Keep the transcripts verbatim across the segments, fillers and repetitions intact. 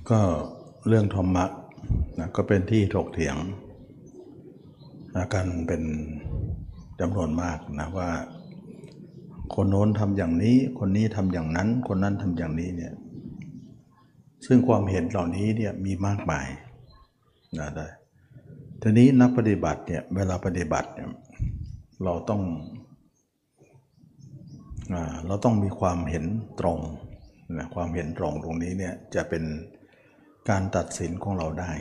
ก็เรื่องธรรมะนะก็เป็นที่ถกเถียงกันเป็นจำนวนมากนะว่าคนโน้นทำอย่างนี้คนนี้ทำอย่างนั้นคนนั้นทำอย่างนี้เนี่ยซึ่งความเห็นเหล่านี้เนี่ยมีมากมายนะได้ทีนี้นักปฏิบัติเนี่ยเวลาปฏิบัติเนี่ยเราต้องอ่าเราต้องมีความเห็นตรงนะความเห็นตรงตรงนี้เนี่ยจะเป็นการตัดสินของเราได้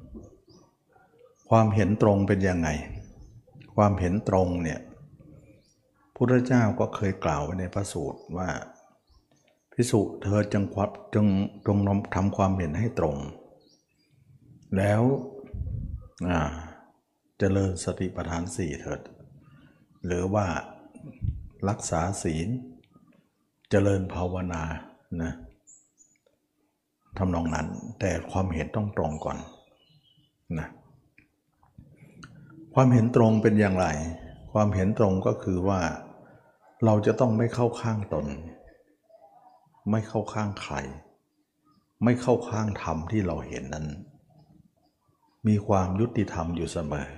ความเห็นตรงเป็นยังไงความเห็นตรงเนี่ยพุทธเจ้าก็เคยกล่าวไว้ในพระสูตรว่าภิกษุเธอจงควับจงจงทำความเห็นให้ตรงแล้วอ่าเจริญสติปัฏฐานสี่เถิดหรือว่ารักษาศีลเจริญภาวนานะทำนองนั้นแต่ความเห็นต้องตรงก่อนนะความเห็นตรงเป็นอย่างไรความเห็นตรงก็คือว่าเราจะต้องไม่เข้าข้างตนไม่เข้าข้างใครไม่เข้าข้างธรรมที่เราเห็นนั้นมีความยุติธรรมอยู่เสมอ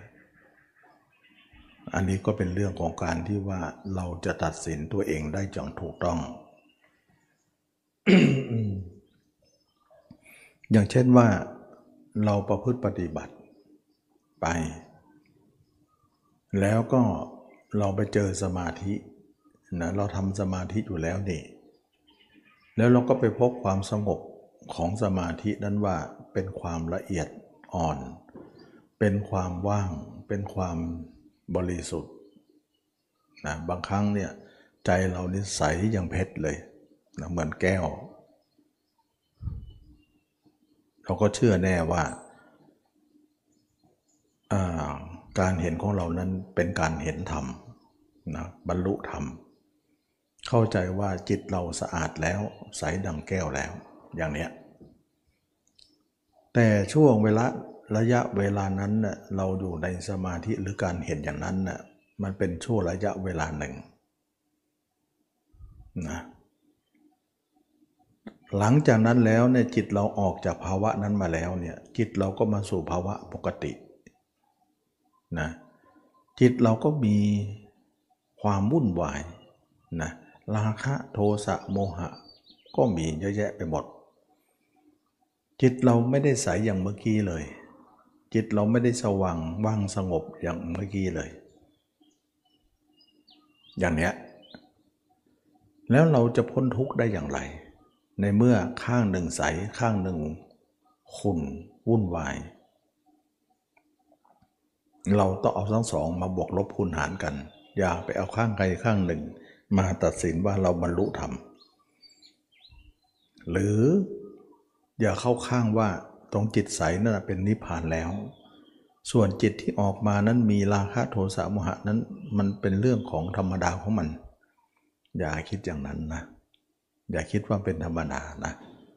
อันนี้ก็เป็นเรื่องของการที่ว่าเราจะตัดสินตัวเองได้อย่างถูกต้อง อย่างเช่นว่าเราประพฤติปฏิบัติไปแล้วก็เราไปเจอสมาธินะเราทำสมาธิอยู่แล้วนี่แล้วเราก็ไปพบความสงบของสมาธินั้นว่าเป็นความละเอียดอ่อนเป็นความว่างเป็นความบริสุทธิ์นะบางครั้งเนี่ยใจเรานี่ใสอย่างเพชรเลยนะเหมือนแก้วเราก็เชื่อแน่ว่าการเห็นของเรานั้นเป็นการเห็นธรรมนะบรรลุธรรมเข้าใจว่าจิตเราสะอาดแล้วใสดังแก้วแล้วอย่างเนี้ยแต่ช่วงเวลาระยะเวลานั้นน่ะเราอยู่ในสมาธิหรือการเห็นอย่างนั้นน่ะมันเป็นช่วงระยะเวลาหนึ่งนะหลังจากนั้นแล้วเนี่ยจิตเราออกจากภาวะนั้นมาแล้วเนี่ยจิตเราก็มาสู่ภาวะปกตินะจิตเราก็มีความวุ่นวายนะราคะโทสะโมหะก็มีเยอะแยะไปหมดจิตเราไม่ได้ใสอย่างเมื่อกี้เลยจิตเราไม่ได้สว่างว่างสงบอย่างเมื่อกี้เลยอย่างเนี้ยแล้วเราจะพ้นทุกข์ได้อย่างไรในเมื่อข้างหนึ่งใสข้างหนึ่งขุ่นวุ่นวายเราต้องเอาทั้งสองมาบวกลบคูณหารกันอย่าไปเอาข้างใดข้างหนึ่งมาตัดสินว่าเราบรรลุธรรมหรืออย่าเข้าข้างว่าตรงจิตใสนั่นเป็นนิพพานแล้วส่วนจิตที่ออกมานั้นมีราคะโทสะโมหะนั้นมันเป็นเรื่องของธรรมดาของมันอย่าคิดอย่างนั้นนะอย่าคิดว่าเป็นธรรมดานะ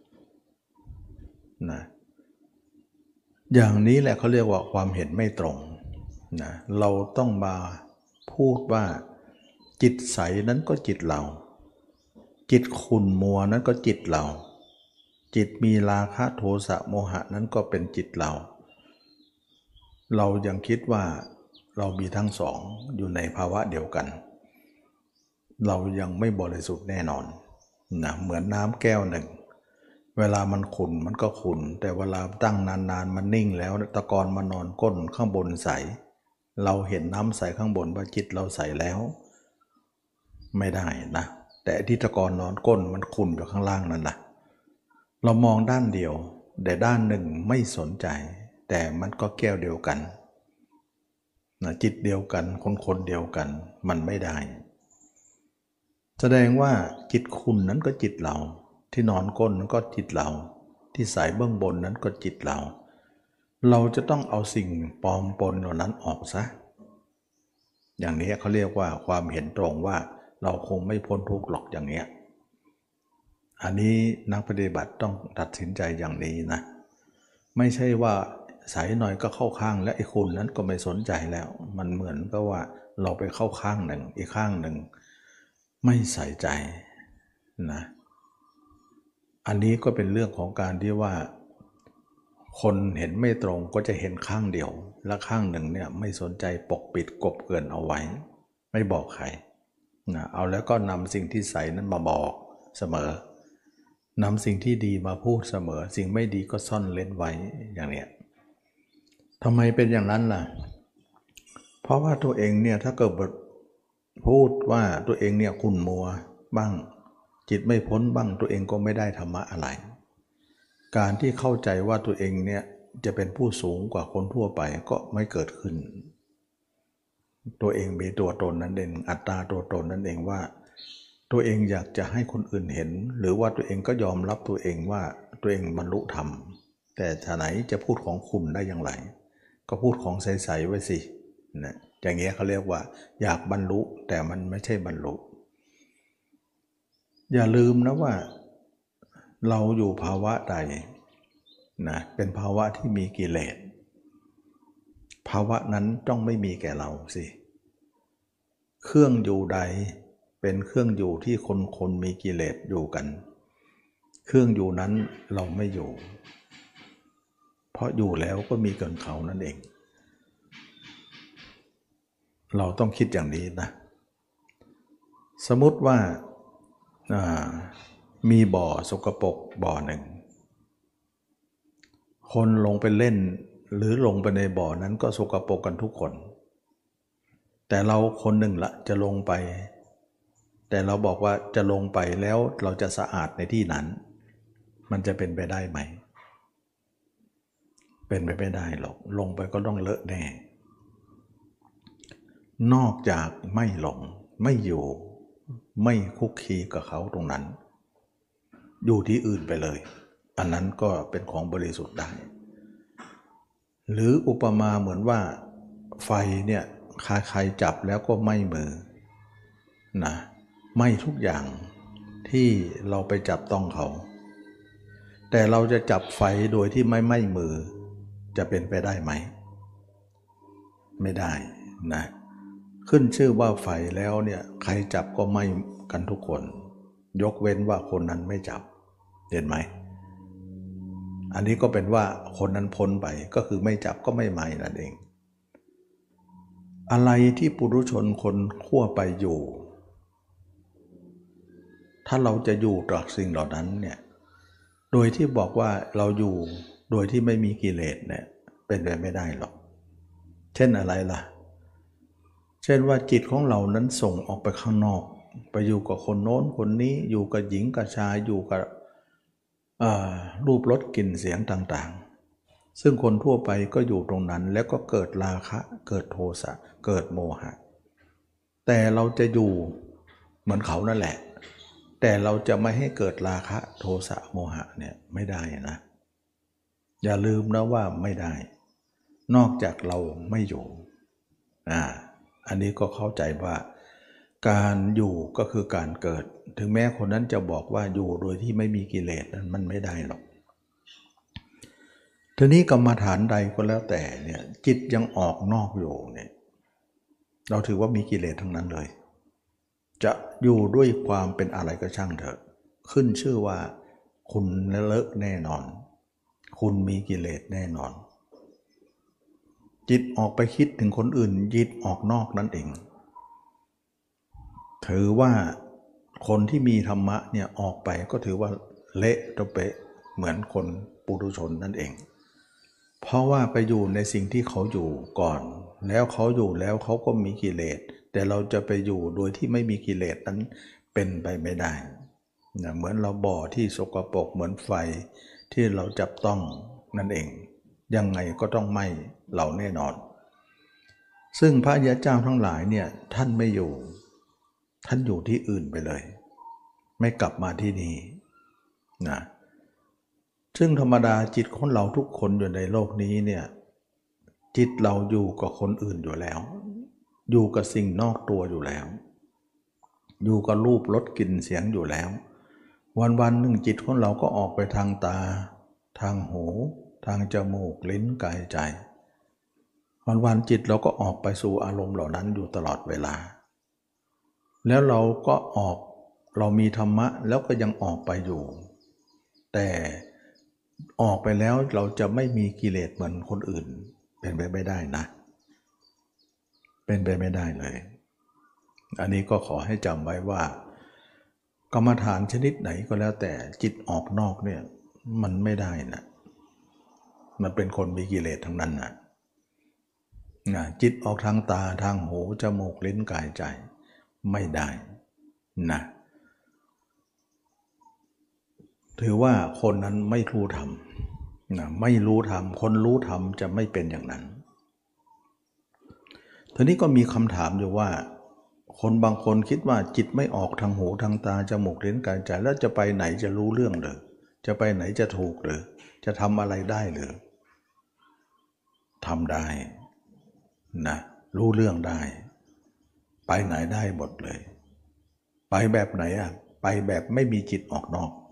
นะอย่างนี้แหละเขาเรียกว่าความเห็นไม่ตรงนะเราต้องมาพูดว่าจิตใสนั้นก็จิตเราจิตขุ่นมัวนั้นก็จิตเราจิตมีราคะโทสะโมหะนั้นก็เป็นจิตเราเรายังคิดว่าเรามีทั้งสองอยู่ในภาวะเดียวกันเรายังไม่บริสุทธิ์แน่นอนนะเหมือนน้ำแก้วหนึ่งเวลามันขุ่นมันก็ขุ่นแต่เวลาตั้งนานๆมันนิ่งแล้วตะกอนมานอนก้นข้างบนใสเราเห็นน้ำใสข้างบนว่าจิตเราใสแล้วไม่ได้นะแต่ที่ตะกอนนอนก้นมันขุ่นอยู่ข้างล่างนั่นนะเรามองด้านเดียวแต่ด้านหนึ่งไม่สนใจแต่มันก็แก้วเดียวกันนะจิตเดียวกันคนคนเดียวกันมันไม่ได้แสดงว่าจิตขุ่นนั้นก็จิตเราที่นอนก้นนั้นก็จิตเราที่ใสเบื้องบนนั้นก็จิตเราเราจะต้องเอาสิ่งปลอมปนเหล่านั้นออกซะอย่างนี้เขาเรียกว่าความเห็นตรงว่าเราคงไม่พ้นทุกข์หรอกอย่างเนี้ยอันนี้นักปฏิบัติต้องตัดสินใจอย่างนี้นะไม่ใช่ว่าใสหน่อยก็เข้าข้างและไอ้คุณนั้นก็ไม่สนใจแล้วมันเหมือนก็ว่าเราไปเข้าข้างหนึ่งอีกข้างหนึ่งไม่ใส่ใจนะอันนี้ก็เป็นเรื่องของการที่ว่าคนเห็นไม่ตรงก็จะเห็นข้างเดียวและข้างหนึ่งเนี่ยไม่สนใจปกปิดกบเกลื่อนเอาไว้ไม่บอกใครนะเอาแล้วก็นำสิ่งที่ใสนั้นมาบอกเสมอนำสิ่งที่ดีมาพูดเสมอสิ่งไม่ดีก็ซ่อนเล้นไว้อย่างเนี้ยทำไมเป็นอย่างนั้นล่ะเพราะว่าตัวเองเนี่ยถ้าเกิดพูดว่าตัวเองเนี่ยขุ่นมัวบ้างจิตไม่พ้นบ้างตัวเองก็ไม่ได้ธรรมะอะไรการที่เข้าใจว่าตัวเองเนี่ยจะเป็นผู้สูงกว่าคนทั่วไปก็ไม่เกิดขึ้นตัวเองมีตัวตนนั้นเองอัตตาตัวตนนั่นเองว่าตัวเองอยากจะให้คนอื่นเห็นหรือว่าตัวเองก็ยอมรับตัวเองว่าตัวเองบรรลุธรรมแต่ฉะไหนจะพูดของคุณได้อย่างไรก็พูดของใสๆไว้สินะอย่างเงี้ยเขาเรียกว่าอยากบรรลุแต่มันไม่ใช่บรรลุอย่าลืมนะว่าเราอยู่ภาวะใดนะเป็นภาวะที่มีกิเลสภาวะนั้นต้องไม่มีแก่เราสิเครื่องอยู่ใดเป็นเครื่องอยู่ที่คนคนมีกิเลสอยู่กันเครื่องอยู่นั้นเราไม่อยู่เพราะอยู่แล้วก็มีเกินเขานั่นเองเราต้องคิดอย่างนี้นะสมมติว่ามีบ่อสกปรกบ่อหนึ่งคนลงไปเล่นหรือลงไปในบ่อนั้นก็สกปรกกันทุกคนแต่เราคนหนึ่งละจะลงไปแต่เราบอกว่าจะลงไปแล้วเราจะสะอาดในที่นั้นมันจะเป็นไปได้ไหมเป็นไปไม่ได้หรอกลงไปก็ต้องเลอะแน่นอกจากไม่หลงไม่อยู่ไม่คุกคีกับเขาตรงนั้นอยู่ที่อื่นไปเลยอันนั้นก็เป็นของบริสุทธิ์ได้หรืออุปมาเหมือนว่าไฟเนี่ยใครๆจับแล้วก็ไหม้มือนะไหม้ทุกอย่างที่เราไปจับต้องเขาแต่เราจะจับไฟโดยที่ไม่ไหม้มือจะเป็นไปได้ไหมไม่ได้นะขึ้นชื่อว่าไฟแล้วเนี่ยใครจับก็ไหม้กันทุกคนยกเว้นว่าคนนั้นไม่จับเห็นไหมอันนี้ก็เป็นว่าคนนั้นพ้นไปก็คือไม่จับก็ไม่ไหม้นั่นเองอะไรที่ปุถุชนคนทั่วไปอยู่ถ้าเราจะอยู่กับสิ่งเหล่านั้นเนี่ยโดยที่บอกว่าเราอยู่โดยที่ไม่มีกิเลสเนี่ยเป็นไปไม่ได้หรอกเช่นอะไรล่ะเช่นว่าจิตของเรานั้นส่งออกไปข้างนอกไปอยู่กับคนโน้นคนนี้อยู่กับหญิงกับชายอยู่กับรูปรสกลิ่นเสียงต่างๆซึ่งคนทั่วไปก็อยู่ตรงนั้นแล้วก็เกิดราคะเกิดโทสะเกิดโมหะแต่เราจะอยู่เหมือนเขานั่นแหละแต่เราจะไม่ให้เกิดราคะโทสะโมหะเนี่ยไม่ได้นะอย่าลืมนะว่าไม่ได้นอกจากเราไม่อยู่อ่าอันนี้ก็เข้าใจว่าการอยู่ก็คือการเกิดถึงแม้คนนั้นจะบอกว่าอยู่โดยที่ไม่มีกิเลสนั้นมันไม่ได้หรอกทีนี้กรรมฐานใดก็แล้วแต่เนี่ยจิตยังออกนอกอยู่เนี่ยเราถือว่ามีกิเลสทั้งนั้นเลยจะอยู่ด้วยความเป็นอะไรก็ช่างเถอะขึ้นชื่อว่าคุณเลอะแน่นอนคุณมีกิเลสแน่นอนจิตออกไปคิดถึงคนอื่นจิตออกนอกนั่นเองถือว่าคนที่มีธรรมะเนี่ยออกไปก็ถือว่าเละตะเปะเหมือนคนปุถุชนนั่นเองเพราะว่าไปอยู่ในสิ่งที่เขาอยู่ก่อนแล้วเขาอยู่แล้วเขาก็มีกิเลสแต่เราจะไปอยู่โดยที่ไม่มีกิเลสนั้นเป็นไปไม่ได้นะเหมือนเราบ่อที่สกปรกเหมือนไฟที่เราจับต้องนั่นเองยังไงก็ต้องไหม้เราแน่นอนซึ่งพระอริยเจ้าทั้งหลายเนี่ยท่านไม่อยู่ท่านอยู่ที่อื่นไปเลยไม่กลับมาที่นี่นะซึ่งธรรมดาจิตของเราทุกคนอยู่ในโลกนี้เนี่ยจิตเราอยู่กับคนอื่นอยู่แล้วอยู่กับสิ่งนอกตัวอยู่แล้วอยู่กับรูปรสกลิ่นเสียงอยู่แล้ววันวันหนึ่งจิตของเราก็ออกไปทางตาทางหูทางจมูกลิ้นกายใจวันวันจิตเราก็ออกไปสู่อารมณ์เหล่านั้นอยู่ตลอดเวลาแล้วเราก็ออกเรามีธรรมะแล้วก็ยังออกไปอยู่แต่ออกไปแล้วเราจะไม่มีกิเลสเหมือนคนอื่นเป็นไปไม่ได้นะเป็นไปไม่ได้เลยอันนี้ก็ขอให้จำไว้ว่ากรรมฐานชนิดไหนก็แล้วแต่จิตออกนอกเนี่ยมันไม่ได้นะมันเป็นคนมีกิเลสทั้งนั้นนะนะจิตออกทางตาทางหูจมูกลิ้นกายใจไม่ได้นะถือว่าคนนั้นไม่รู้ธรรมนะไม่รู้ธรรมคนรู้ธรรมจะไม่เป็นอย่างนั้นทีนี้ก็มีคำถามอยู่ว่าคนบางคนคิดว่าจิตไม่ออกทางหูทางตาจมูกลิ้นกายใจแล้วจะไปไหนจะรู้เรื่องหรือจะไปไหนจะถูกหรือจะทำอะไรได้หรือทำได้นะรู้เรื่องได้ไปไหนได้หมดเลยไปแบบไหนอ่ะไปแบบไม่มีจิตออกนอก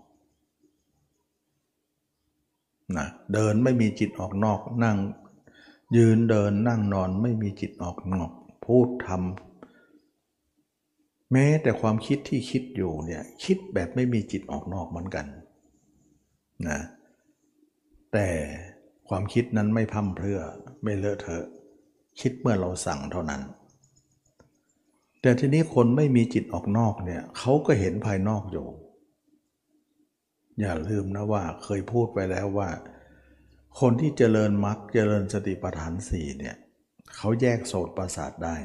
นะเดินไม่มีจิตออกนอกนั่งยืนเดินนั่งนอนไม่มีจิตออกนอกพูดทำแม้แต่ความคิดที่คิดอยู่เนี่ยคิดแบบไม่มีจิตออกนอกเหมือนกันนะแต่ความคิดนั้นไม่พร่ำเพรื่อไม่เลอะเทอะคิดเมื่อเราสั่งเท่านั้นแต่ทีนี้คนไม่มีจิตออกนอกเนี่ยเขาก็เห็นภายนอกอยู่อย่าลืมนะว่าเคยพูดไปแล้วว่าคนที่เจริญมรรคเจริญสติปัฏฐานสี่เนี่ยเขาแยกโสตประสาทได้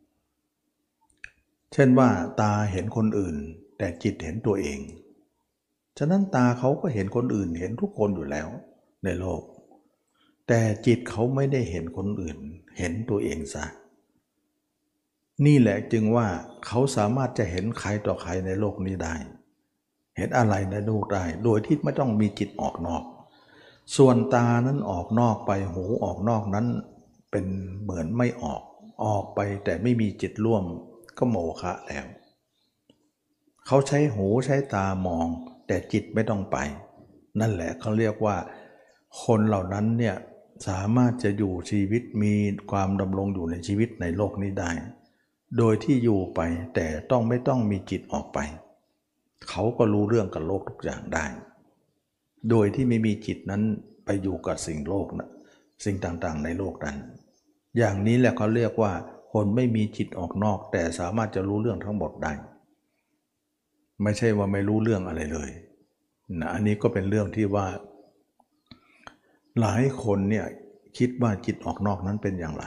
เช่นว่าตาเห็นคนอื่นแต่จิตเห็นตัวเองฉะนั้นตาเขาก็เห็นคนอื่นเห็นทุกคนอยู่แล้วในโลกแต่จิตเขาไม่ได้เห็นคนอื่นเห็นตัวเองซะนี่แหละจึงว่าเขาสามารถจะเห็นใครต่อใครในโลกนี้ได้เห็นอะไรในโลกได้โดยที่ไม่ต้องมีจิตออกนอกส่วนตานั้นออกนอกไปหูออกนอกนั้นเป็นเหมือนไม่ออกออกไปแต่ไม่มีจิตร่วมก็โมฆะแล้วเขาใช้หูใช้ตามองแต่จิตไม่ต้องไปนั่นแหละเขาเรียกว่าคนเหล่านั้นเนี่ยสามารถจะอยู่ชีวิตมีความดำรงอยู่ในชีวิตในโลกนี้ได้โดยที่อยู่ไปแต่ต้องไม่ต้องมีจิตออกไปเขาก็รู้เรื่องกับโลกทุกอย่างได้โดยที่ไม่มีจิตนั้นไปอยู่กับสิ่งโลกนะสิ่งต่างๆในโลกนั้นอย่างนี้แหละเขาเรียกว่าคนไม่มีจิตออกนอกแต่สามารถจะรู้เรื่องทั้งหมดได้ไม่ใช่ว่าไม่รู้เรื่องอะไรเลยนะอันนี้ก็เป็นเรื่องที่ว่าหลายคนเนี่ยคิดว่าจิตออกนอกนั้นเป็นอย่างไร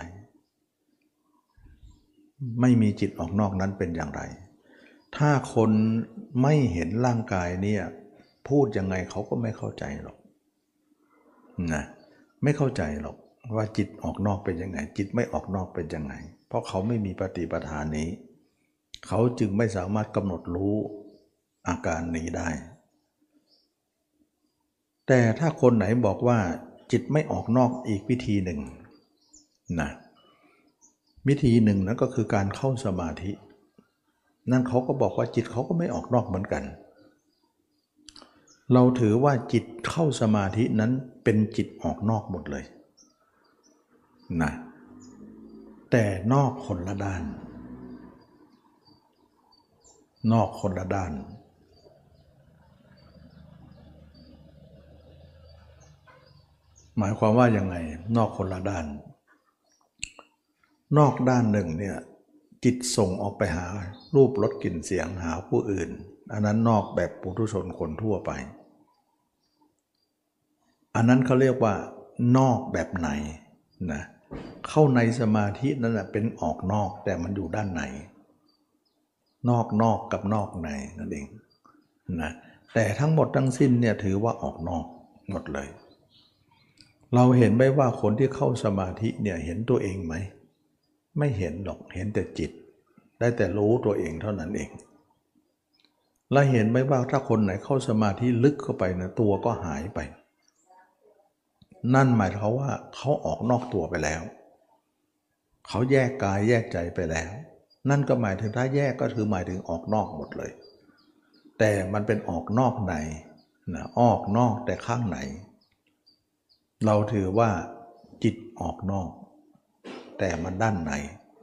ไม่มีจิตออกนอกนั้นเป็นอย่างไรถ้าคนไม่เห็นร่างกายเนี่ยพูดยังไงเขาก็ไม่เข้าใจหรอกนะไม่เข้าใจหรอกว่าจิตออกนอกเป็นยังไงจิตไม่ออกนอกเป็นยังไงเพราะเขาไม่มีปฏิปทานนี้เขาจึงไม่สามารถกำหนดรู้อาการนี้ได้แต่ถ้าคนไหนบอกว่าจิตไม่ออกนอกอีกวิธีหนึ่งนะวิธีหนึ่งนั้นก็คือการเข้าสมาธินั่นเขาก็บอกว่าจิตเขาก็ไม่ออกนอกเหมือนกันเราถือว่าจิตเข้าสมาธินั้นเป็นจิตออกนอกหมดเลยนะแต่นอกคนละด้านนอกคนละด้านหมายความว่ายังไงนอกคนละด้านนอกด้านหนึ่งเนี่ยจิตส่งออกไปหารูปรสกลิ่นเสียงหาผู้อื่นอันนั้นนอกแบบปุถุชนคนทั่วไปอันนั้นเขาเรียกว่านอกแบบไหนนะเข้าในสมาธินั่นแหละเป็นออกนอกแต่มันอยู่ด้านในนอกนอกกับนอกในนั่นเองนะแต่ทั้งหมดทั้งสิ้นเนี่ยถือว่าออกนอกหมดเลยเราเห็นไหมว่าคนที่เข้าสมาธิเนี่ยเห็นตัวเองไหมไม่เห็นหรอกเห็นแต่จิตได้แต่รู้ตัวเองเท่านั้นเองและเห็นไหมว่าถ้าคนไหนเข้าสมาธิลึกเข้าไปนะตัวก็หายไปนั่นหมายความว่าเขาออกนอกตัวไปแล้วเขาแยกกายแยกใจไปแล้วนั่นก็หมายถึงถ้าแยกก็คือหมายถึงออกนอกหมดเลยแต่มันเป็นออกนอกในนะออกนอกแต่ข้างในเราถือว่าจิตออกนอกแต่มันด้านใน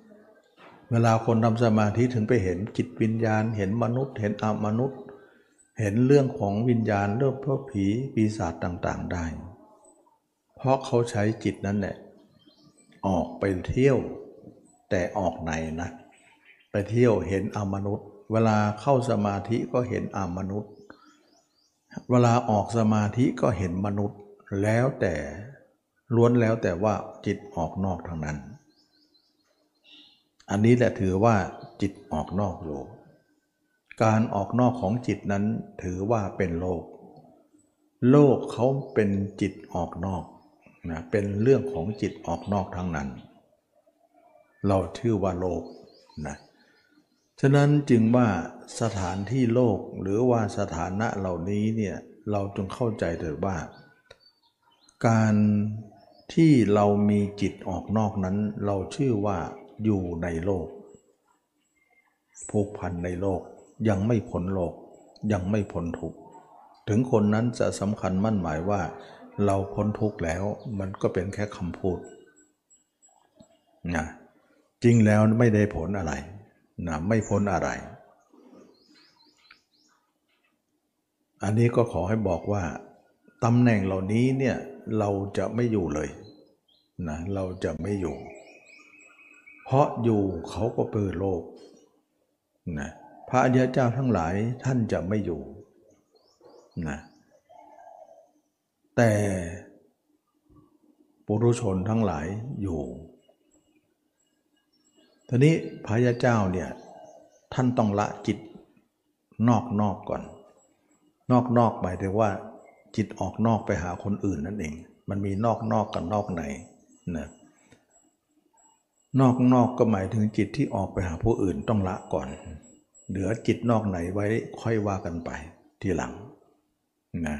เวลาคนทำสมาธิถึงไปเห็นจิตวิญญาณเห็นมนุษย์เห็นอมนุษย์เห็นเรื่องของวิญญาณเรื่องพวกผีปีศาจต่างๆได้เพราะเขาใช้จิตนั้นแหละออกไปเที่ยวแต่ออกในนะไปเที่ยวเห็นอมนุษย์เวลาเข้าสมาธิก็เห็นอมนุษย์เวลาออกสมาธิก็เห็นมนุษย์แล้วแต่ล้วนแล้วแต่ว่าจิตออกนอกทางนั้นอันนี้แหละถือว่าจิตออกนอกโลกการออกนอกของจิตนั้นถือว่าเป็นโลกโลกเขาเป็นจิตออกนอกนะเป็นเรื่องของจิตออกนอกทั้งนั้นเราชื่อว่าโลกนะฉะนั้นจึงว่าสถานที่โลกหรือว่าสถานะเหล่านี้เนี่ยเราจงเข้าใจเถิดว่าการที่เรามีจิตออกนอกนั้นเราชื่อว่าอยู่ในโลกผูกพันในโลกยังไม่พ้นโลกยังไม่พ้นทุกข์ถึงคนนั้นจะสำคัญมั่นหมายว่าเราพ้นทุกข์แล้วมันก็เป็นแค่คำพูดนะจริงแล้วไม่ได้ผลอะไรนะไม่พ้นอะไรอันนี้ก็ขอให้บอกว่าตำแหน่งเหล่านี้เนี่ยเราจะไม่อยู่เลยนะเราจะไม่อยู่เพราะอยู่เขาก็เปิดโลกนะพระอริยเจ้าทั้งหลายท่านจะไม่อยู่นะแต่ปุถุชนทั้งหลายอยู่ทีนี้พระอริยเจ้าเนี่ยท่านต้องละจิตนอกนอกก่อนนอกนอกหมายถึงว่าจิตออกนอกไปหาคนอื่นนั่นเองมันมีนอกนอกกับนอกในนะนอกนอกก็หมายถึงจิตที่ออกไปหาผู้อื่นต้องละก่อนเหลือจิตนอกไหนไว้ค่อยว่ากันไปทีหลังนะ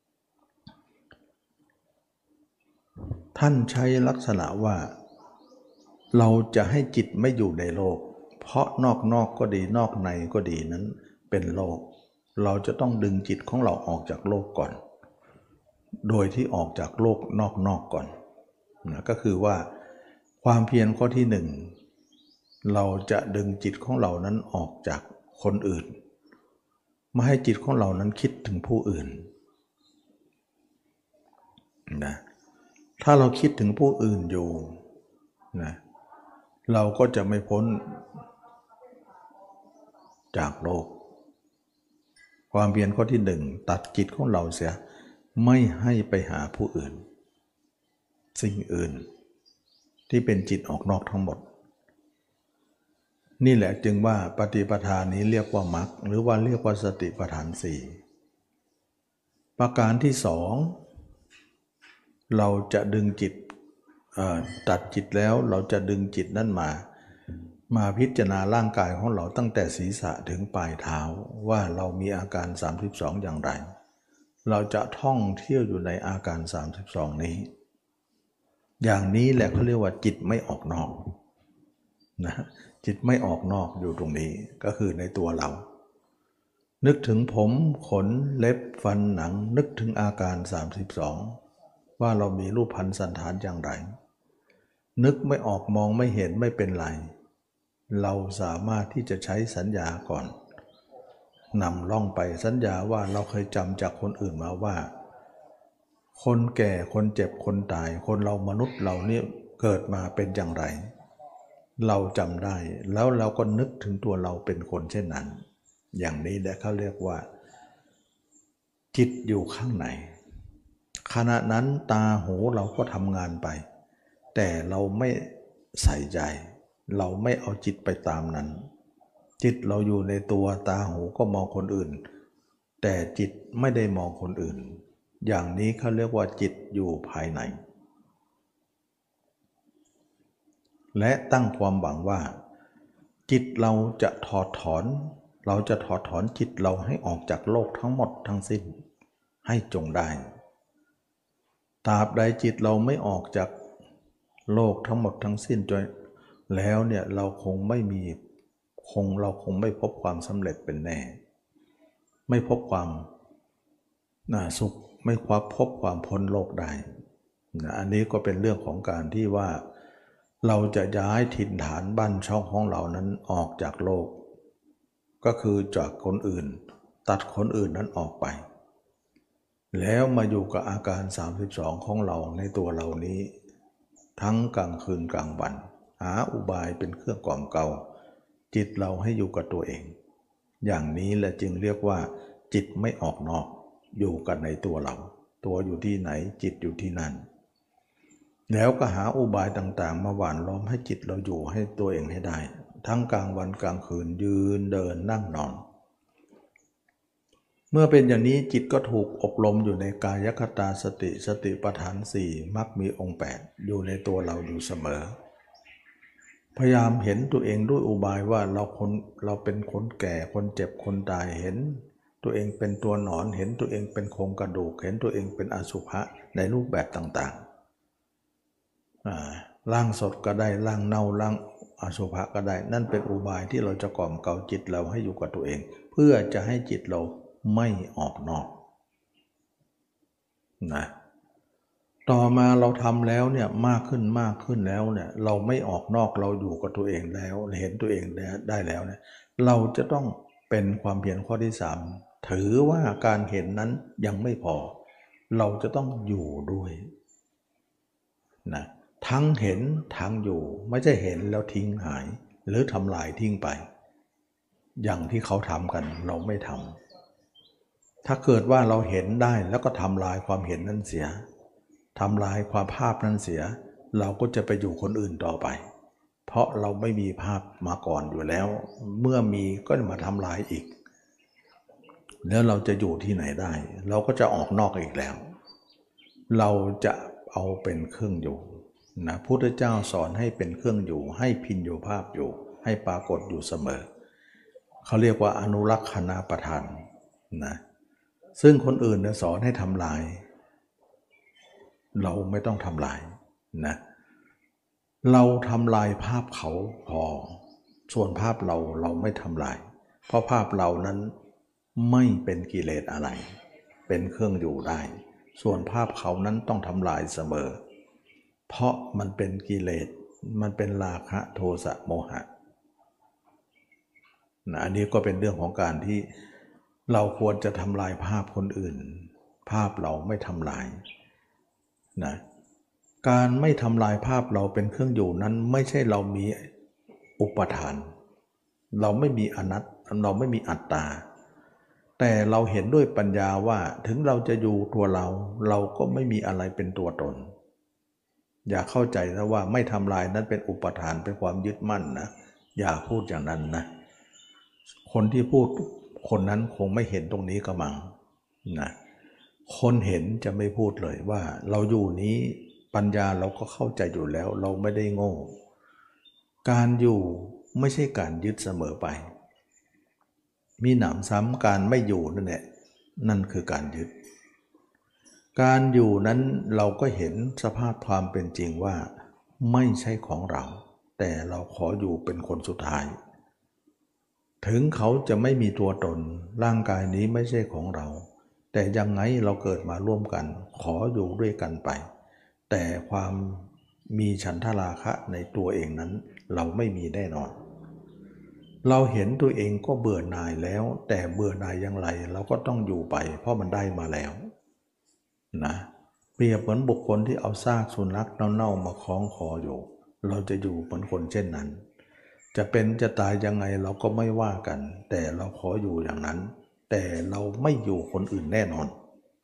ท่านใช้ลักษณะว่าเราจะให้จิตไม่อยู่ในโลกเพราะนอกนอกก็ดีนอกในก็ดีนั้นเป็นโลกเราจะต้องดึงจิตของเราออกจากโลกก่อนโดยที่ออกจากโลกนอกนอกก่อนนะก็คือว่าความเพียรข้อที่หนึ่งเราจะดึงจิตของเรานั้นออกจากคนอื่นไม่ให้จิตของเรานั้นคิดถึงผู้อื่นนะถ้าเราคิดถึงผู้อื่นอยู่นะเราก็จะไม่พ้นจากโลกความเพียรข้อที่หนึ่งตัดจิตของเราเสียไม่ให้ไปหาผู้อื่นสิ่งอื่นที่เป็นจิตออกนอกทั้งหมดนี่แหละจึงว่าปฏิปทานี้เรียกว่ามรรคหรือว่าเรียกว่าสติปัฏฐานสี่ประการที่สองเราจะดึงจิตตัดจิตแล้วเราจะดึงจิตนั้นมามาพิจารณาร่างกายของเราตั้งแต่ศีรษะถึงปลายเท้าว่าเรามีอาการสามสิบสองอย่างไรเราจะท่องเที่ยวอยู่ในอาการสามสิบสองนี้อย่างนี้แหละเขาเรียกว่าจิตไม่ออกนอกนะจิตไม่ออกนอกอยู่ตรงนี้ก็คือในตัวเรานึกถึงผมขนเล็บฟันหนังนึกถึงอาการสามสิบสองว่าเรามีรูปพรรณสันฐานอย่างไรนึกไม่ออกมองไม่เห็นไม่เป็นไรเราสามารถที่จะใช้สัญญาก่อนนำล่องไปสัญญาว่าเราเคยจำจากคนอื่นมาว่าคนแก่คนเจ็บคนตายคนเรามนุษย์เราเนี่ยเกิดมาเป็นอย่างไรเราจำได้แล้วเราก็นึกถึงตัวเราเป็นคนเช่นนั้นอย่างนี้แหละเขาเรียกว่าจิตอยู่ข้างในขณะนั้นตาหูเราก็ทำงานไปแต่เราไม่ใส่ใจเราไม่เอาจิตไปตามนั้นจิตเราอยู่ในตัวตาหูก็มองคนอื่นแต่จิตไม่ได้มองคนอื่นอย่างนี้เขาเรียกว่าจิตอยู่ภายในและตั้งความหวังว่าจิตเราจะถอดถอนเราจะถอดถอนจิตเราให้ออกจากโลกทั้งหมดทั้งสิ้นให้จงได้ตราบใดจิตเราไม่ออกจากโลกทั้งหมดทั้งสิ้นจนแล้วเนี่ยเราคงไม่มีคงเราคงไม่พบความสำเร็จเป็นแน่ไม่พบความน่าสุขไม่คว้าพบความพ้นโลกได้นะอันนี้ก็เป็นเรื่องของการที่ว่าเราจะย้ายถิ่นฐานบ้านช่องของเรานั้นออกจากโลกก็คือจากคนอื่นตัดคนอื่นนั้นออกไปแล้วมาอยู่กับอาการสามสิบสองของเราในตัวเรานี้ทั้งกลางคืนกลางวันหาอุบายเป็นเครื่องกล่อมเกลาจิตเราให้อยู่กับตัวเองอย่างนี้แหละจึงเรียกว่าจิตไม่ออกนอกอยู่กันในตัวเราตัวอยู่ที่ไหนจิตอยู่ที่นั่นแล้วก็หาอุบายต่างๆมาหว่านล้อมให้จิตเราอยู่ให้ตัวเองให้ได้ทั้งกลางวันกลางคืนยืนเดินนั่งนอนเมื่อเป็นอย่างนี้จิตก็ถูกอบรมอยู่ในกายคตาสติสติปัฏฐานสี่มักมีองค์แปดอยู่ในตัวเราอยู่เสมอพยายามเห็นตัวเองด้วยอุบายว่าเราคนเราเป็นคนแก่คนเจ็บคนตายเห็นตัวเองเป็นตัวหนอนเห็นตัวเองเป็นโครงกระดูกเห็นตัวเองเป็นอสุภะในรูปแบบต่างๆร่างสดก็ได้ร่างเน่าร่างอสุภะก็ได้นั่นเป็นอุบายที่เราจะกล่อมเกลาจิตเราให้อยู่กับตัวเองเพื่อจะให้จิตเราไม่ออกนอกนะต่อมาเราทำแล้วเนี่ยมากขึ้นมากขึ้นแล้วเนี่ยเราไม่ออกนอกเราอยู่กับตัวเองแล้วเห็นตัวเองได้แล้วเนี่ยเราจะต้องเป็นความเพียรข้อที่สามถือว่าการเห็นนั้นยังไม่พอเราจะต้องอยู่ด้วยนะทั้งเห็นทั้งอยู่ไม่ใช่เห็นแล้วทิ้งหายหรือทำลายทิ้งไปอย่างที่เขาทำกันเราไม่ทำถ้าเกิดว่าเราเห็นได้แล้วก็ทำลายความเห็นนั้นเสียทำลายความภาพนั้นเสียเราก็จะไปอยู่คนอื่นต่อไปเพราะเราไม่มีภาพมาก่อนอยู่แล้วเมื่อมีก็มาทำลายอีกแล้วเราจะอยู่ที่ไหนได้เราก็จะออกนอกอีกแล้วเราจะเอาเป็นเครื่องอยู่นะพุทธเจ้าสอนให้เป็นเครื่องอยู่ให้พินโยภาพอยู่ให้ปรากฏอยู่เสมอเขาเรียกว่าอนุรักษณประทานนะซึ่งคนอื่นสอนให้ทำลายเราไม่ต้องทำลายนะเราทำลายภาพเขาพอส่วนภาพเราเราไม่ทำลายเพราะภาพเรานั้นไม่เป็นกิเลสอะไรเป็นเครื่องอยู่ได้ส่วนภาพเขานั้นต้องทำลายเสมอเพราะมันเป็นกิเลสมันเป็นราคะโทสะโมหะนะอันนี้ก็เป็นเรื่องของการที่เราควรจะทำลายภาพคนอื่นภาพเราไม่ทำลายนะการไม่ทำลายภาพเราเป็นเครื่องอยู่นั้นไม่ใช่เรามีอุปทานเราไม่มีอนัตเราไม่มีอัตตาแต่เราเห็นด้วยปัญญาว่าถึงเราจะอยู่ตัวเราเราก็ไม่มีอะไรเป็นตัวตนอย่าเข้าใจนะว่าไม่ทำลายนั้นเป็นอุปทานเป็นความยึดมั่นนะอย่าพูดอย่างนั้นนะคนที่พูดคนนั้นคงไม่เห็นตรงนี้กระมังนะคนเห็นจะไม่พูดเลยว่าเราอยู่นี้ปัญญาเราก็เข้าใจอยู่แล้วเราไม่ได้โง่การอยู่ไม่ใช่การยึดเสมอไปมีหนำซ้ำการไม่อยู่นั่นแหละนั่นคือการยึดการอยู่นั้นเราก็เห็นสภาพความเป็นจริงว่าไม่ใช่ของเราแต่เราขออยู่เป็นคนสุดท้ายถึงเขาจะไม่มีตัวตนร่างกายนี้ไม่ใช่ของเราแต่ยังไงเราเกิดมาร่วมกันขออยู่ด้วยกันไปแต่ความมีฉันทราคะในตัวเองนั้นเราไม่มีแน่นอนเราเห็นตัวเองก็เบื่อหน่ายแล้วแต่เบื่อหน่ายอย่างไรเราก็ต้องอยู่ไปเพราะมันได้มาแล้วนะเปรียบเหมือนบุคคลที่เอาซากสุนัขเน่าๆมาคล้องคออยู่เราจะอยู่เหมือนคนเช่นนั้นจะเป็นจะตายยังไงเราก็ไม่ว่ากันแต่เราขออยู่อย่างนั้นแต่เราไม่อยู่คนอื่นแน่นอน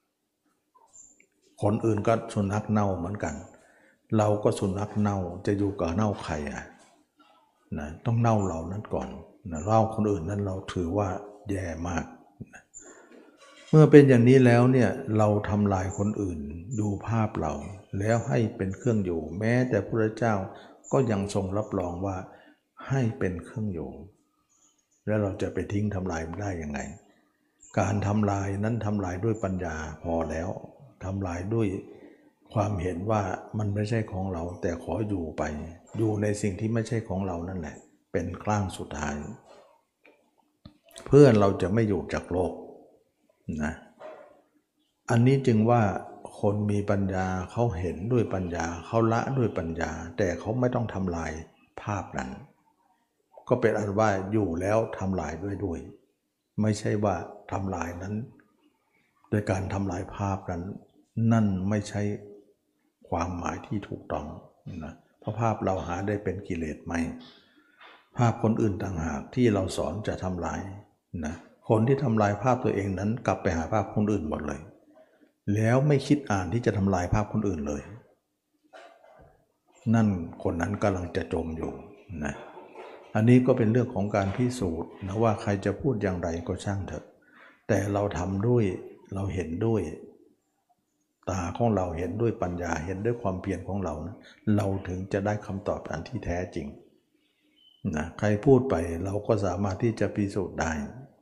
คนอื่นก็สุนัขเน่าเหมือนกันเราก็สุนัขเน่าจะอยู่กับเน่าใครอ่ะนะต้องเน่าเรานั้นก่อนนะเล่าคนอื่นนั้นเราถือว่าแย่มากนะเมื่อเป็นอย่างนี้แล้วเนี่ยเราทำลายคนอื่นดูภาพเราแล้วให้เป็นเครื่องอยู่แม้แต่พระเจ้าก็ยังทรงรับรองว่าให้เป็นเครื่องอยู่แล้วเราจะไปทิ้งทำลายมันได้ยังไงการทำลายนั้นทำลายด้วยปัญญาพอแล้วทำลายด้วยความเห็นว่ามันไม่ใช่ของเราแต่ขออยู่ไปอยู่ในสิ่งที่ไม่ใช่ของเรานั่นแหละเป็นครั้งสุดท้ายเพื่อเราจะไม่อยู่จากโลกนะอันนี้จึงว่าคนมีปัญญาเขาเห็นด้วยปัญญาเขาละด้วยปัญญาแต่เขาไม่ต้องทำลายภาพนั้นก็เป็นอันว่าอยู่แล้วทำลายด้วยด้วยไม่ใช่ว่าทำลายนั้นโดยการทำลายภาพนั้นนั่นไม่ใช่ความหมายที่ถูกต้องนะเพราะภาพเราหาได้เป็นกิเลสไหมภาพคนอื่นต่างหากที่เราสอนจะทำลายนะคนที่ทำลายภาพตัวเองนั้นกลับไปหาภาพคนอื่นหมดเลยแล้วไม่คิดอ่านที่จะทำลายภาพคนอื่นเลยนั่นคนนั้นกำลังจะจมอยู่นะอันนี้ก็เป็นเรื่องของการพิสูจน์นะว่าใครจะพูดอย่างไรก็ช่างเถอะแต่เราทำด้วยเราเห็นด้วยตาของเราเห็นด้วยปัญญาเห็นด้วยความเพียรของเรานะเราถึงจะได้คำตอบอันที่แท้จริงนะใครพูดไปเราก็สามารถที่จะพิสูจน์ได้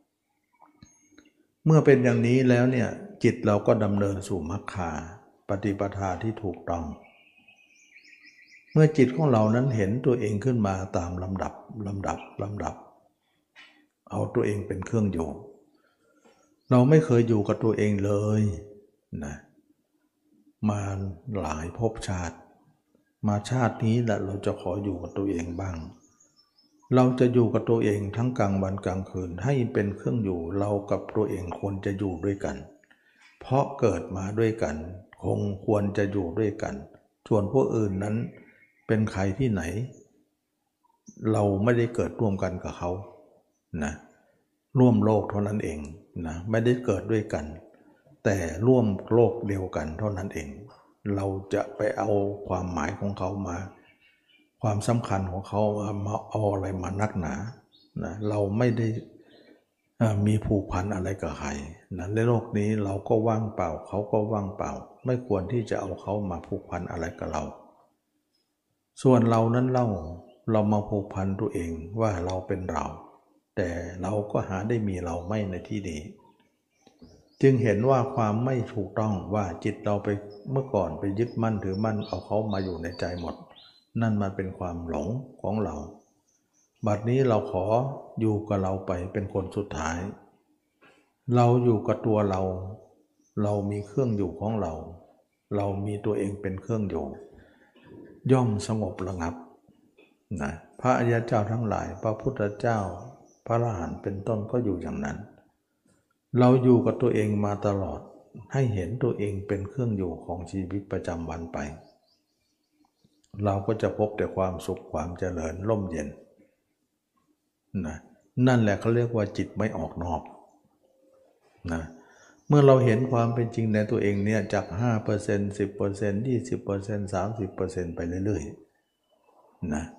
เมื่อเป็นอย่างนี้แล้วเนี่ยจิตเราก็ดำเนินสู่มรรคาปฏิปทาที่ถูกต้องเมื่อจิตของเรานั้นเห็นตัวเองขึ้นมาตามลำดับลำดับลำดับเอาตัวเองเป็นเครื่องอยู่เราไม่เคยอยู่กับตัวเองเลยนะมาหลายภพชาติมาชาตินี้แหละเราจะขออยู่กับตัวเองบ้างเราจะอยู่กับตัวเองทั้งกลางวันกลางคืนให้เป็นเครื่องอยู่เรากับตัวเองควรจะอยู่ด้วยกันเพราะเกิดมาด้วยกันคงควรจะอยู่ด้วยกันส่วนพวกอื่นนั้นเป็นใครที่ไหนเราไม่ได้เกิดร่วมกันกับเขานะร่วมโลกเท่านั้นเองนะไม่ได้เกิดด้วยกันแต่ร่วมโลกเดียวกันเท่านั้นเองเราจะไปเอาความหมายของเขามาความสำคัญของเขามาเอาอะไรมานักหนานะเราไม่ได้มีผูกพันอะไรกับใครนะในโลกนี้เราก็ว่างเปล่าเขาก็ว่างเปล่าไม่ควรที่จะเอาเขามาผูกพันอะไรกับเราส่วนเรานั้นเล่าเรามาผูกพันตัวเองว่าเราเป็นเราแต่เราก็หาได้มีเราไม่ในที่นี้จึงเห็นว่าความไม่ถูกต้องว่าจิตเราไปเมื่อก่อนไปยึดมั่นถือมั่นเอาเขามาอยู่ในใจหมดนั่นมันเป็นความหลงของเราบัดนี้เราขออยู่กับเราไปเป็นคนสุดท้ายเราอยู่กับตัวเราเรามีเครื่องอยู่ของเราเรามีตัวเองเป็นเครื่องอยู่ย่อมสงบระงับนะพระอริยเจ้าทั้งหลายพระพุทธเจ้าพระอรหันต์เป็นต้นก็อยู่อย่างนั้นเราอยู่กับตัวเองมาตลอดให้เห็นตัวเองเป็นเครื่องอยู่ของชีวิตประจำวันไปเราก็จะพบแต่ความสุขความเจริญร่มเย็นนะนั่นแหละเขาเรียกว่าจิตไม่ออกนอกนะเมื่อเราเห็นความเป็นจริงในตัวเองเนี่ยจาก ห้าเปอร์เซ็นต์ สิบเปอร์เซ็นต์ ยี่สิบเปอร์เซ็นต์ สามสิบเปอร์เซ็นต์ ไปเรื่อยๆนะ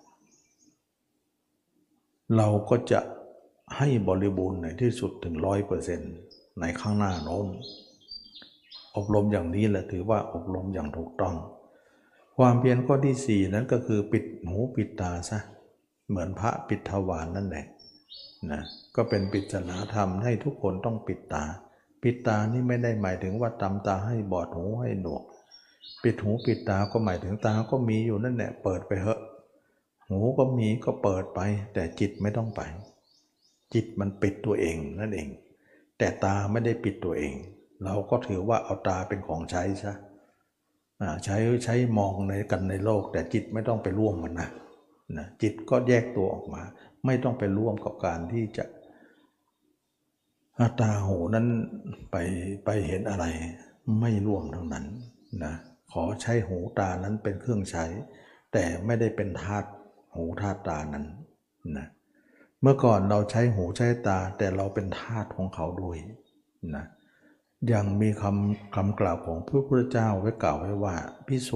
เราก็จะให้บริบูรณ์ในที่สุดถึง ร้อยเปอร์เซ็นต์ ในข้างหน้าโน้นอบรมอย่างนี้แหละถือว่าอบรมอย่างถูกต้องความเพียรข้อที่สี่นั้นก็คือปิดหูปิดตาซะเหมือนพระปิดทวารนั่นแหละนะก็เป็นปริศนาธรรมให้ทุกคนต้องปิดตาปิดตานี่ไม่ได้หมายถึงว่าทำตาให้บอดหูให้หนวกปิดหูปิดตาก็หมายถึงตาก็มีอยู่นั่นแหละเปิดไปเถอะหูก็มีก็เปิดไปแต่จิตไม่ต้องไปจิตมันปิดตัวเองนั่นเองแต่ตาไม่ได้ปิดตัวเองเราก็ถือว่าเอาตาเป็นของใช้ซะใช้ใช้มองในกันในโลกแต่จิตไม่ต้องไปร่วมมันนะนะจิตก็แยกตัวออกมาไม่ต้องไปร่วมกับการที่จะตาหูนั้นไปไปเห็นอะไรไม่ร่วมทั้งนั้นนะขอใช้หูตานั้นเป็นเครื่องใช้แต่ไม่ได้เป็นธาตุหูธาตุตานั้นนะเมื่อก่อนเราใช้หูใช้ตาแต่เราเป็นธาตุของเขาด้วยนะอย่างมีคำคำกล่าวของพระพุทธเจ้าไว้กล่าวไว้ว่าภิกษุ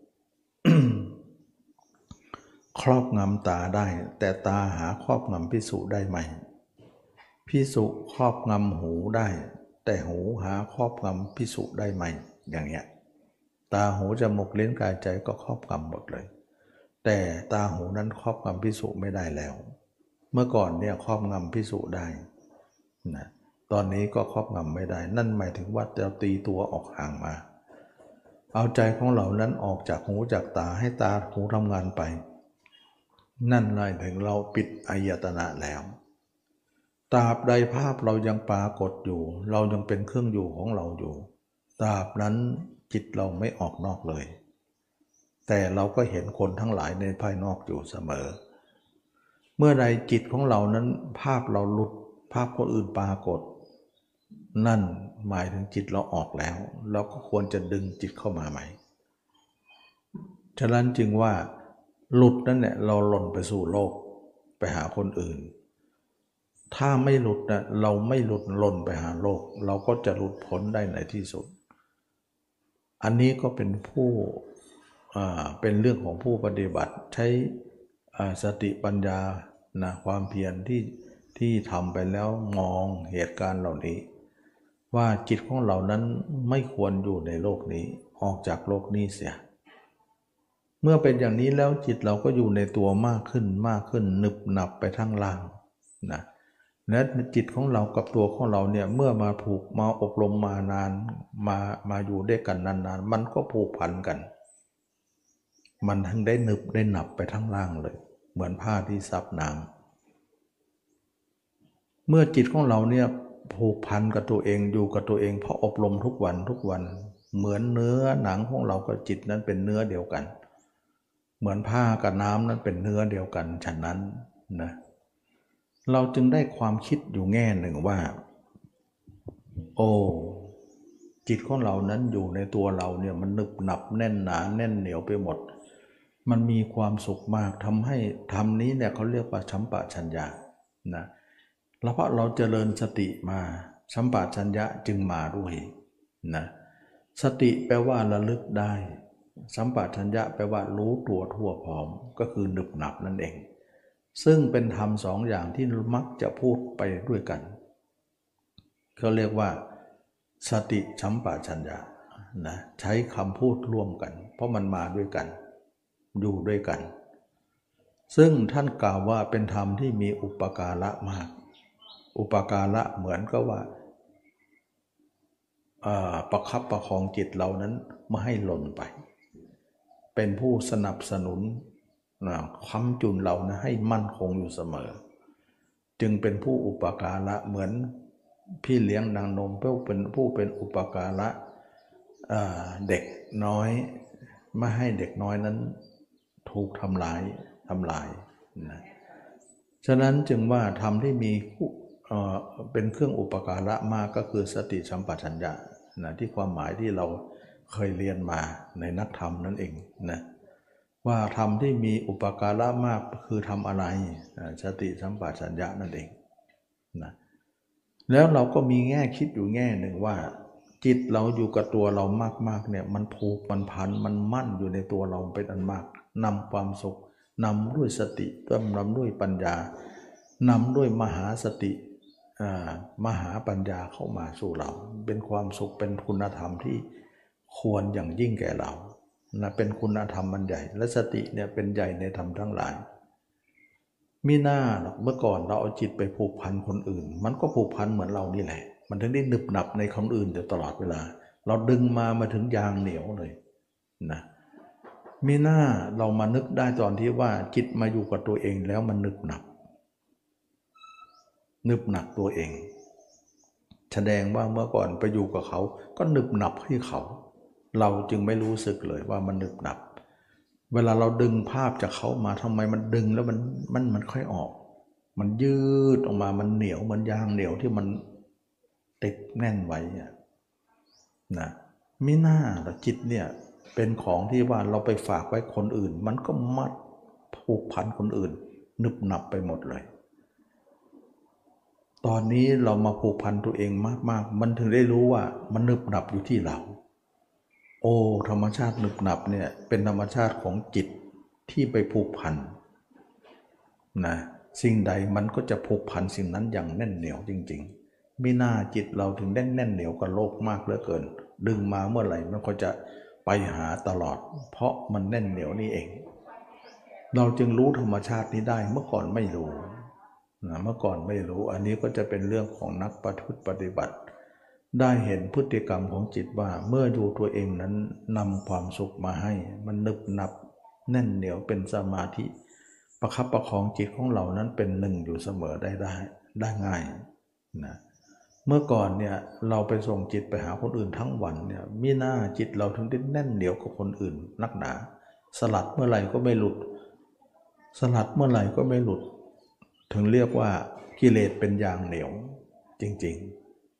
ครอบงำตาได้แต่ตาหาครอบงำภิกษุได้ไหมภิกษุครอบงำหูได้แต่หูหาครอบงำภิกษุได้ไหมอย่างเงี้ยตาหูจมูกลิ้นกายใจก็ครอบงำหมดเลยแต่ตาหูนั้นครอบงำภิกษุไม่ได้แล้วเมื่อก่อนเนี่ยครอบงำภิกษุได้นะตอนนี้ก็ครอบงำไม่ได้นั่นหมายถึงว่าเราตีตัวออกห่างมาเอาใจของเรานั้นออกจากหูจากตาให้ตาหูทำงานไปนั่นหมายถึงเราปิดอายตนะแล้วตราบใดภาพเรายังปรากฏอยู่เรายังเป็นเครื่องอยู่ของเราอยู่ตราบนั้นจิตเราไม่ออกนอกเลยแต่เราก็เห็นคนทั้งหลายในภายนอกอยู่เสมอเมื่อใดจิตของเรานั้นภาพเราหลุดภาพคนอื่นปรากฏนั่นหมายถึงจิตเราออกแล้วเราก็ควรจะดึงจิตเข้ามาใหม่ฉะนั้นจึงว่าหลุดนั่นเนี่ยเราหล่นไปสู่โลกไปหาคนอื่นถ้าไม่หลุดนะเราไม่หลุดหล่นไปหาโลกเราก็จะหลุดพ้นได้ในที่สุดอันนี้ก็เป็นผู้เป็นเรื่องของผู้ปฏิบัติใช้สติปัญญานะความเพียรที่ที่ทำไปแล้วมองเหตุการณ์เหล่านี้ว่าจิตของเรานั้นไม่ควรอยู่ในโลกนี้ออกจากโลกนี้เสียเมื่อเป็นอย่างนี้แล้วจิตเราก็อยู่ในตัวมากขึ้นมากขึ้นหนึบหนับไปทั้งล่างนะและจิตของเรากับตัวของเราเนี่ยเมื่อมาผูกมาอบรมมานานมามาอยู่ด้วยกันนานๆมันก็ผูกพันกันมันทั้งได้หนึบได้หนับไปทั้งล่างเลยเหมือนผ้าที่ซับน้ำเมื่อจิตของเราเนี่ยผูกพันกับตัวเองอยู่กับตัวเองเพราะอบรมทุกวันทุกวันเหมือนเนื้อหนังของเรากับจิตนั้นเป็นเนื้อเดียวกันเหมือนผ้ากับน้ำนั้นเป็นเนื้อเดียวกันฉะนั้นนะเราจึงได้ความคิดอยู่แง่หนึ่งว่าโอ้จิตของเรานั้นอยู่ในตัวเราเนี่ยมันหนึบหนับแน่นหนาแน่นเหนียวไปหมดมันมีความสุขมากทำให้ธรรมนี้เนี่ยเขาเรียกว่าสัมปชัญญะนะแล้วเพราะเราเจริญสติมาสัมปชัญญะจึงมาด้วยนะสติแปลว่าระลึกได้สัมปชัญญะแปลว่ารู้ตัวทั่วพร้อมก็คือหนึบหนับนั่นเองซึ่งเป็นธรรมสองอย่างที่มักจะพูดไปด้วยกันเขาเรียกว่าสติสัมปชัญญะนะใช้คำพูดร่วมกันเพราะมันมาด้วยกันอยู่ด้วยกันซึ่งท่านกล่าวว่าเป็นธรรมที่มีอุปการะมากอุปการะเหมือนกับว่าประคับประคองจิตเรานั้นไม่ให้หล่นไปเป็นผู้สนับสนุนค้ำจุนเรานะให้มั่นคงอยู่เสมอจึงเป็นผู้อุปการะเหมือนพี่เลี้ยงนางนมเพื่อเป็นผู้เป็นอุปการะเด็กน้อยไม่ให้เด็กน้อยนั้นถูกทำลายทำลายนะฉะนั้นจึงว่าธรรมที่มีเป็นเครื่องอุปการะมากก็คือสติสัมปชัญญะนะที่ความหมายที่เราเคยเรียนมาในนักธรรมนั่นเองนะว่าธรรมที่มีอุปการะมากคือทำอะไรสติสัมปชัญญะนั่นเองนะแล้วเราก็มีแง่คิดอยู่แง่หนึ่งว่าจิตเราอยู่กับตัวเรามากๆเนี่ยมันผูกมันพันมันมั่นอยู่ในตัวเราเป็นอันมากนำความสุขนำด้วยสตินำด้วยปัญญานำด้วยมหาสติมหาปัญญาเข้ามาสู่เราเป็นความสุขเป็นคุณธรรมที่ควรอย่างยิ่งแก่เรานะเป็นคุณธรรมมันใหญ่และสติเนี่ยเป็นใหญ่ในธรรมทั้งหลายมิน่าหรอกเมื่อก่อนเราเอาจิตไปผูกพันคนอื่นมันก็ผูกพันเหมือนเรานี่แหละมันถึงได้หนึบหนับในคนอื่นอยู่ตลอดเวลาเราดึงมามาถึงยางเหนียวเลยนะมิน่าเรามานึกได้ตอนที่ว่าจิตมาอยู่กับตัวเองแล้วมันหนึบหนับหนึบหนับตัวเองแสดงว่าเมื่อก่อนไปอยู่กับเขาก็หนึบหนับให้เขาเราจึงไม่รู้สึกเลยว่ามันหนึบหนับเวลาเราดึงภาพจากเขามาทำไมมันดึงแล้วมันมันมันค่อยออกมันยืดออกมามันเหนียวมันยางเหนียวที่มันติดแน่นไว้นะมิน่าแต่จิตเนี่ยเป็นของที่ว่าเราไปฝากไว้คนอื่นมันก็มัดผูกพันคนอื่นหนึบหนับไปหมดเลยตอนนี้เรามาผูกพันตัวเองมากๆมันถึงได้รู้ว่ามันหนึบหนับอยู่ที่เราโอ้ธรรมชาติหนึบหนับเนี่ยเป็นธรรมชาติของจิตที่ไปผูกพันนะสิ่งใดมันก็จะผูกพันสิ่งนั้นอย่างแน่นเหนียวจริงๆมิน่าจิตเราถึงได้แน่นเหนียวกับโลกมากเหลือเกินดึงมาเมื่อไหร่มันก็จะไปหาตลอดเพราะมันแน่นเหนียวนี่เองเราจึงรู้ธรรมชาตินี้ได้เมื่อก่อนไม่รู้นะเมื่อก่อนไม่รู้อันนี้ก็จะเป็นเรื่องของนักปฏิบัติได้เห็นพฤติกรรมของจิตว่าเมื่ออยู่ตัวเองนั้นนำความสุขมาให้มันนึบนับแน่นเหนียวเป็นสมาธิประคับประคองจิตของเรานั้นเป็นหนึ่งอยู่เสมอได้ได้ได้ง่ายนะเมื่อก่อนเนี่ยเราไปส่งจิตไปหาคนอื่นทั้งวันเนี่ยมิน่าจิตเราถึงได้แน่นเหนียวกับคนอื่นนักหนาสลัดเมื่อไหร่ก็ไม่หลุดสลัดเมื่อไหร่ก็ไม่หลุดถึงเรียกว่ากิเลสเป็นยางเหนียวจริง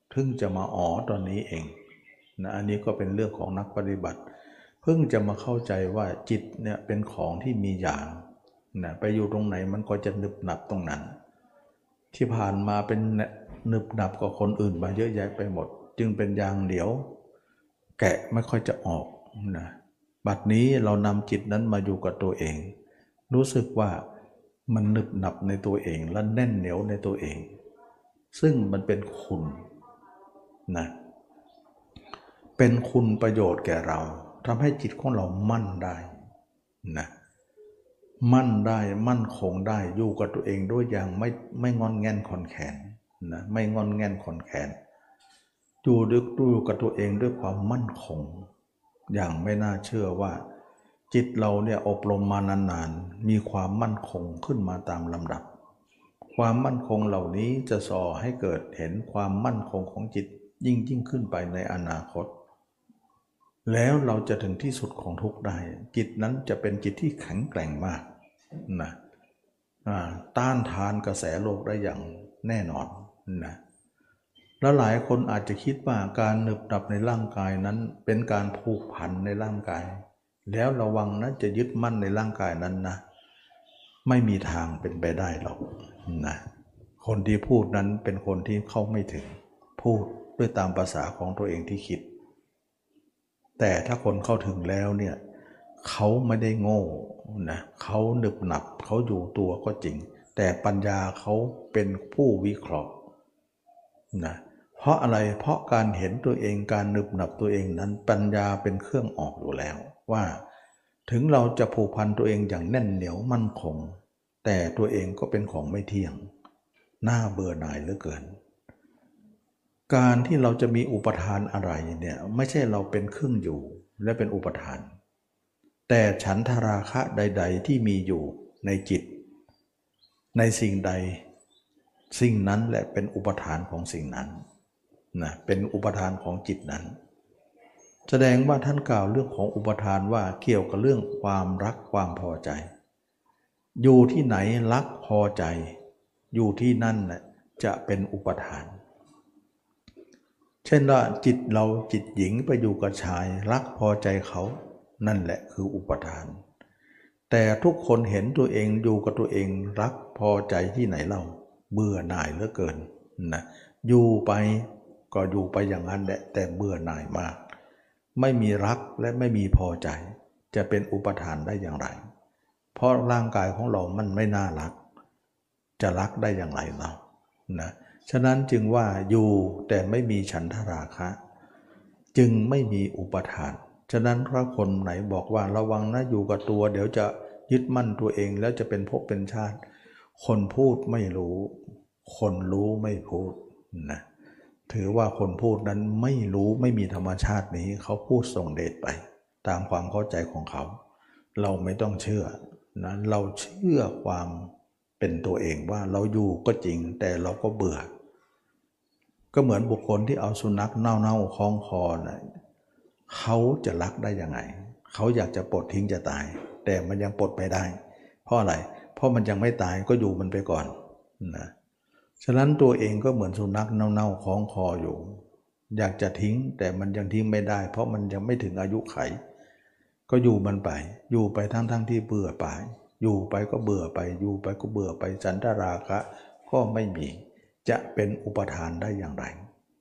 ถึงจะมาอ๋อตอนนี้เองนะอันนี้ก็เป็นเรื่องของนักปฏิบัติเพิ่งจะมาเข้าใจว่าจิตเนี่ยเป็นของที่มีอย่างนะไปอยู่ตรงไหนมันก็จะนึบหนับตรงนั้นที่ผ่านมาเป็นนึบหนับกับคนอื่นมาเยอะแยะไปหมดจึงเป็นยางเดียวแกะไม่ค่อยจะออกนะบัดนี้เรานำจิตนั้นมาอยู่กับตัวเองรู้สึกว่ามันนึบหนับในตัวเองและแน่นเหนียวในตัวเองซึ่งมันเป็นคุณนะเป็นคุณประโยชน์แก่เราทำให้จิตของเรามั่นได้นะมั่นได้มั่นคงได้อยู่กับตัวเองด้วยอย่างไม่ไม่งอนแง่นขอนแขนนะไม่งอนแง่นขอนแขนอยู่ด้วยอยู่กับตัวเองด้วยความมั่นคงอย่างไม่น่าเชื่อว่าจิตเราเนี่ยอบรมมานานๆมีความมั่นคงขึ้นมาตามลำดับความมั่นคงเหล่านี้จะส่อให้เกิดเห็นความมั่นคงของจิตยิ่งยิ่งขึ้นไปในอนาคตแล้วเราจะถึงที่สุดของทุกข์ได้จิตนั้นจะเป็นจิตที่แข็งแกร่งมากนะต้านทานกระแสโลกได้อย่างแน่นอนนะแล้วหลายคนอาจจะคิดว่าการหนึบหนับในร่างกายนั้นเป็นการผูกพันในร่างกายแล้วระวังนะจะยึดมั่นในร่างกายนั้นนะไม่มีทางเป็นไปได้หรอกนะคนที่พูดนั้นเป็นคนที่เข้าไม่ถึงพูดด้วยตามภาษาของตัวเองที่คิดแต่ถ้าคนเข้าถึงแล้วเนี่ยเขาไม่ได้โง่นะเขาหนึบหนับเขาอยู่ตัวก็จริงแต่ปัญญาเขาเป็นผู้วิเคราะห์นะเพราะอะไรเพราะการเห็นตัวเองการหนึบหนับตัวเองนั้นปัญญาเป็นเครื่องออกอยู่แล้วว่าถึงเราจะผูกพันตัวเองอย่างแน่นเหนียวมั่นคงแต่ตัวเองก็เป็นของไม่เที่ยงน่าเบื่อหน่ายเหลือเกินการที่เราจะมีอุปทานอะไรเนี่ยไม่ใช่เราเป็นเครื่องอยู่และเป็นอุปทานแต่ฉันทราคะใดๆที่มีอยู่ในจิตในสิ่งใดสิ่งนั้นแหละเป็นอุปทานของสิ่งนั้นนะเป็นอุปทานของจิตนั้นแสดงว่าท่านกล่าวเรื่องของอุปทานว่าเกี่ยวกับเรื่องความรักความพอใจอยู่ที่ไหนรักพอใจอยู่ที่นั่นน่ะจะเป็นอุปทานเช่นว่าจิตเราจิตหญิงไปอยู่กับชายรักพอใจเขานั่นแหละคืออุปทานแต่ทุกคนเห็นตัวเองอยู่กับตัวเองรักพอใจที่ไหนเล่าเบื่อหน่ายเหลือเกินนะอยู่ไปก็อยู่ไปอย่างนั้นแหละแต่เบื่อหน่ายมากไม่มีรักและไม่มีพอใจจะเป็นอุปทานได้อย่างไรเพราะร่างกายของเรามันไม่น่ารักจะรักได้อย่างไรเรานะฉะนั้นจึงว่าอยู่แต่ไม่มีฉันทราคะจึงไม่มีอุปทานฉะนั้นถ้าคนไหนบอกว่าระวังนะอยู่กับตัวเดี๋ยวจะยึดมั่นตัวเองแล้วจะเป็นภพเป็นชาติคนพูดไม่รู้คนรู้ไม่พูดนะถือว่าคนพูดนั้นไม่รู้ไม่มีธรรมชาตินี้เขาพูดส่งเดชไปตามความเข้าใจของเขาเราไม่ต้องเชื่อนะเราเชื่อความเป็นตัวเองว่าเราอยู่ก็จริงแต่เราก็เบื่อก็เหมือนบุคคลที่เอาสุนัขเน่าๆคล้องคอนะเขาจะรักได้ยังไงเขาอยากจะปลดทิ้งจะตายแต่มันยังปลดไม่ได้เพราะอะไรเพราะมันยังไม่ตายก็อยู่มันไปก่อนนะฉะนั้นตัวเองก็เหมือนสุนัขเน่าๆคล้องคออยู่อยากจะทิ้งแต่มันยังทิ้งไม่ได้เพราะมันยังไม่ถึงอายุไขก็อยู่มันไปอยู่ไปทั้งๆ ท, ที่เบื่อไปอยู่ไปก็เบื่อไปอยู่ไปก็เบื่อไปฉันทราคะก็ไม่มีจะเป็นอุปทานได้อย่างไร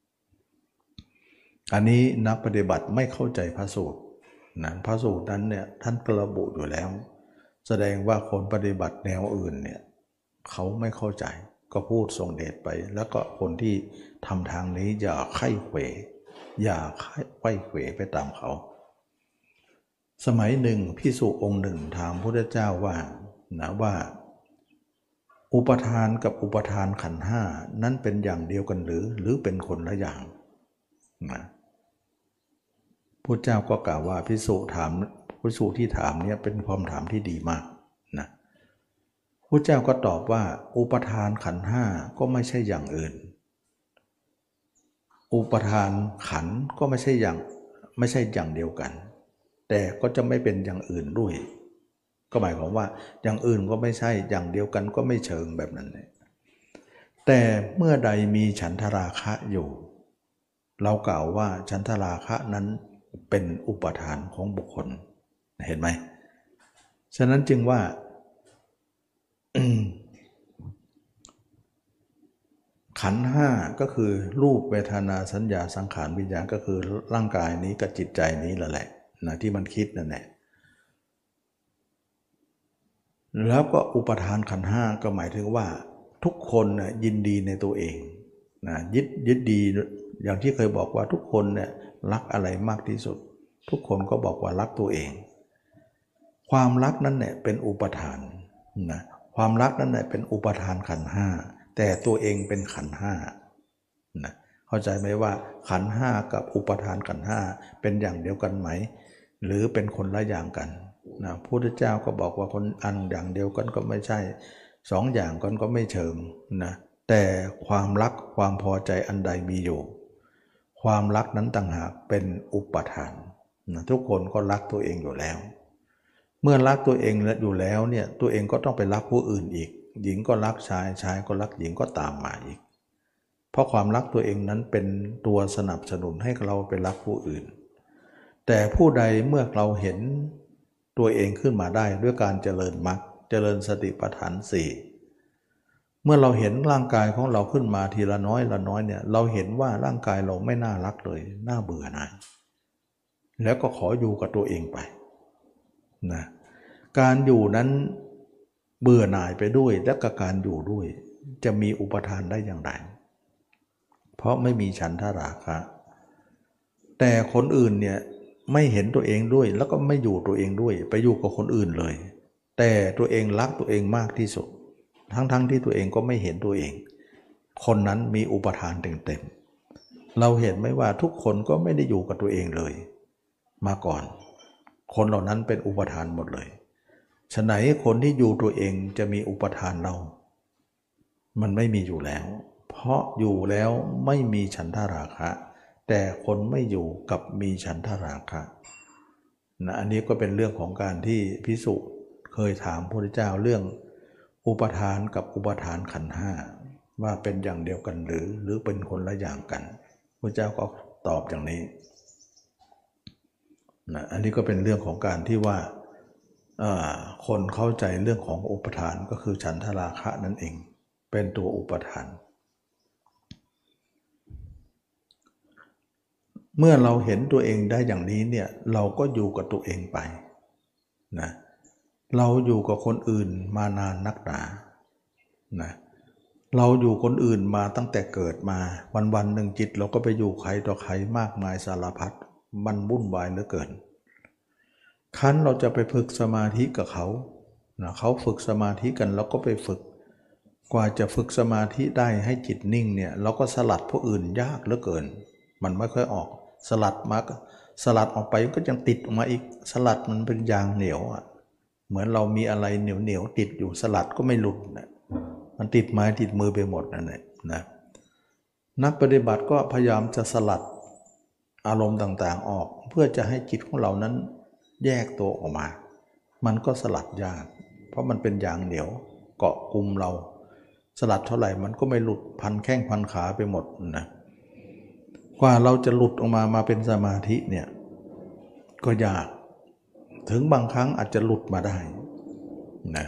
อันนี้นักปฏิบัติไม่เข้าใจพระสูตรนะพระสูตรนั้นเนี่ยท่านกระบุอยู่แล้วแสดงว่าคนปฏิบัติแนวอื่นเนี่ยเขาไม่เข้าใจก็พูดส่งเดชไปแล้วก็คนที่ทำทางนี้อย่าไข้เขวอย่าไข้เขวไปตามเขาสมัยหนึ่งภิกษุองค์หนึ่งถามพระพุทธเจ้าว่านะว่าอุปทานกับอุปทานขันธ์ห้านั้นเป็นอย่างเดียวกันหรือหรือเป็นคนละอย่างนะพระเจ้าก็กล่าวว่าภิกษุถามภิกษุที่ถามเนี่ยเป็นความถามที่ดีมากนะพระเจ้าก็ตอบว่าอุปทานขันธ์ห้าก็ไม่ใช่อย่างอื่นอุปทานขันธ์ก็ไม่ใช่อย่างไม่ใช่อย่างเดียวกันแต่ก็จะไม่เป็นอย่างอื่นด้วยก็หมายความว่าอย่างอื่นก็ไม่ใช่อย่างเดียวกันก็ไม่เชิงแบบนั้นเลยแต่เมื่อใดมีฉันทราคะอยู่เรากล่าวว่าฉันทราคะนั้นเป็นอุปทานของบุคคลเห็นไหมฉะนั้นจึงว่า ขันธ์ห้าก็คือรูปเวทนาสัญญาสังขารวิญญาณก็คือร่างกายนี้กับจิตใจนี้แหละนะที่มันคิดนั่นแหละแล้วก็อุปทานขันธ์ห้าก็หมายถึงว่าทุกคนนะยินดีในตัวเองนะยึดยึดดีอย่างที่เคยบอกว่าทุกคนเนี่ยรักอะไรมากที่สุดทุกคนก็บอกว่ารักตัวเองความรักนั้นเนี่ยเป็นอุปทานนะความรักนั้นเนี่ยเป็นอุปทานขันธ์ห้าแต่ตัวเองเป็นขันธ์ห้านะเข้าใจไหมว่าขันธ์ห้ากับอุปทานขันธ์ห้าเป็นอย่างเดียวกันไหมหรือเป็นคนละอย่างกันนะพระพุทธเจ้าก็บอกว่าคนอันอย่างเดียวกันก็ไม่ใช่สองอย่างกันก็ไม่เชิงนะแต่ความรักความพอใจอันใดมีอยู่ความรักนั้นต่างหากเป็นอุปทานนะทุกคนก็รักตัวเองอยู่แล้วเมื่อรักตัวเองอยู่แล้วเนี่ยตัวเองก็ต้องไปรักผู้อื่นอีกหญิงก็รักชายชายก็รักหญิงก็ตามมาอีกเพราะความรักตัวเองนั้นเป็นตัวสนับสนุนให้เราไปรักผู้อื่นแต่ผู้ใดเมื่อเราเห็นตัวเองขึ้นมาได้ด้วยการเจริญมรรคเจริญสติปัฏฐานสี่เมื่อเราเห็นร่างกายของเราขึ้นมาทีละน้อยละน้อยเนี่ยเราเห็นว่าร่างกายเราไม่น่ารักเลยน่าเบื่อหน่ายแล้วก็ขออยู่กับตัวเองไปนะการอยู่นั้นเบื่อหน่ายไปด้วยและกับการอยู่ด้วยจะมีอุปทานได้อย่างไรเพราะไม่มีฉันทราคะแต่คนอื่นเนี่ยไม่เห็นตัวเองด้วยแล้วก็ไม่อยู่ตัวเองด้วยไปอยู่กับคนอื่นเลยแต่ตัวเองรักตัวเองมากที่สุดทั้งๆ ท, ที่ตัวเองก็ไม่เห็นตัวเองคนนั้นมีอุปทานเต็มๆเราเห็นไหมว่าทุกคนก็ไม่ได้อยู่กับตัวเองเลยมาก่อนคนเหล่านั้นเป็นอุปทานหมดเลยฉะไหนคนที่อยู่ตัวเองจะมีอุปทานเรามันไม่มีอยู่แล้วเพราะอยู่แล้วไม่มีฉันทราคะแต่คนไม่อยู่กับมีฉันทราคะนะอันนี้ก็เป็นเรื่องของการที่ภิกษุเคยถามพระพุทธเจ้าเรื่องอุปทานกับอุปทานขันธ์ห้าว่าเป็นอย่างเดียวกันหรือหรือเป็นคนละอย่างกันพระเจ้าก็ตอบอย่างนี้นะอันนี้ก็เป็นเรื่องของการที่ว่าคนเข้าใจเรื่องของอุปทานก็คือฉันทราคะนั่นเองเป็นตัวอุปทานเมื่อเราเห็นตัวเองได้อย่างนี้เนี่ยเราก็อยู่กับตัวเองไปนะเราอยู่กับคนอื่นมานานนักหนานะเราอยู่คนอื่นมาตั้งแต่เกิดมาวันวันหนึ่งจิตเราก็ไปอยู่ใครต่อใครมากมายสารพัดมันวุ่นวายเหลือเกินคั้นเราจะไปฝึกสมาธิกับเขานะเขาฝึกสมาธิกันเราก็ไปฝึกกว่าจะฝึกสมาธิได้ให้จิตนิ่งเนี่ยเราก็สลัดผู้อื่นยากเหลือเกินมันไม่ค่อยออกสลัดมาสลัดออกไปก็ยังติดออกมาอีกสลัดมันเป็นยางเหนียวอ่ะเหมือนเรามีอะไรเหนียวเหนียวติดอยู่สลัดก็ไม่หลุดนะมันติดไม้ติดมือไปหมดนั่นแหละนะนักปฏิบัติก็พยายามจะสลัดอารมณ์ต่างๆออกเพื่อจะให้จิตของเรานั้นแยกตัวออกมามันก็สลัดยากเพราะมันเป็นยางเหนียวเกาะกุมเราสลัดเท่าไหร่มันก็ไม่หลุดพันแข้งพันขาไปหมดนะกว่าเราจะหลุดออกมามาเป็นสมาธิเนี่ยก็ยากถึงบางครั้งอาจจะหลุดมาได้นะ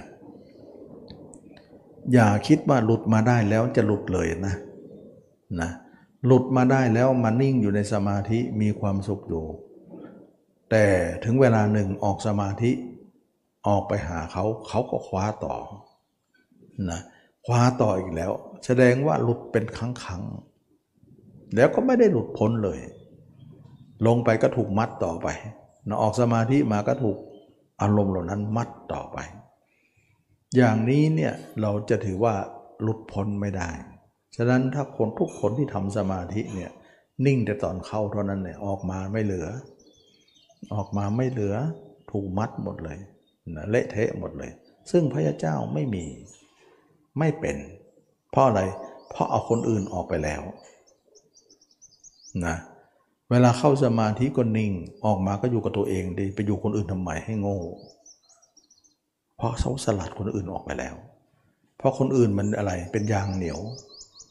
อย่าคิดว่าหลุดมาได้แล้วจะหลุดเลยนะนะหลุดมาได้แล้วมานิ่งอยู่ในสมาธิมีความสุขอยู่แต่ถึงเวลาหนึ่งออกสมาธิออกไปหาเขาเขาก็คว้าต่อนะคว้าต่ออีกแล้วแสดงว่าหลุดเป็นครั้งๆแล้วก็ไม่ได้หลุดพ้นเลยลงไปก็ถูกมัดต่อไปนะออกสมาธิมาก็ถูกอารมณ์เหล่านั้นมัดต่อไปอย่างนี้เนี่ยเราจะถือว่าหลุดพ้นไม่ได้ฉะนั้นถ้าคนทุกคนที่ทำสมาธิเนี่ยนิ่งแต่ตอนเข้าเท่านั้นเนี่ยออกมาไม่เหลือออกมาไม่เหลือถูกมัดหมดเลยนะเละเทะหมดเลยซึ่งพระเจ้าไม่มีไม่เป็นเพราะอะไรเพราะเอาคนอื่นออกไปแล้วนะเวลาเข้าสมาธิก็นิ่งออกมาก็อยู่กับตัวเองดีไปอยู่คนอื่นทำไมให้โง่เพราะเขาสลัดคนอื่นออกไปแล้วเพราะคนอื่นมันอะไรเป็นยางเหนียว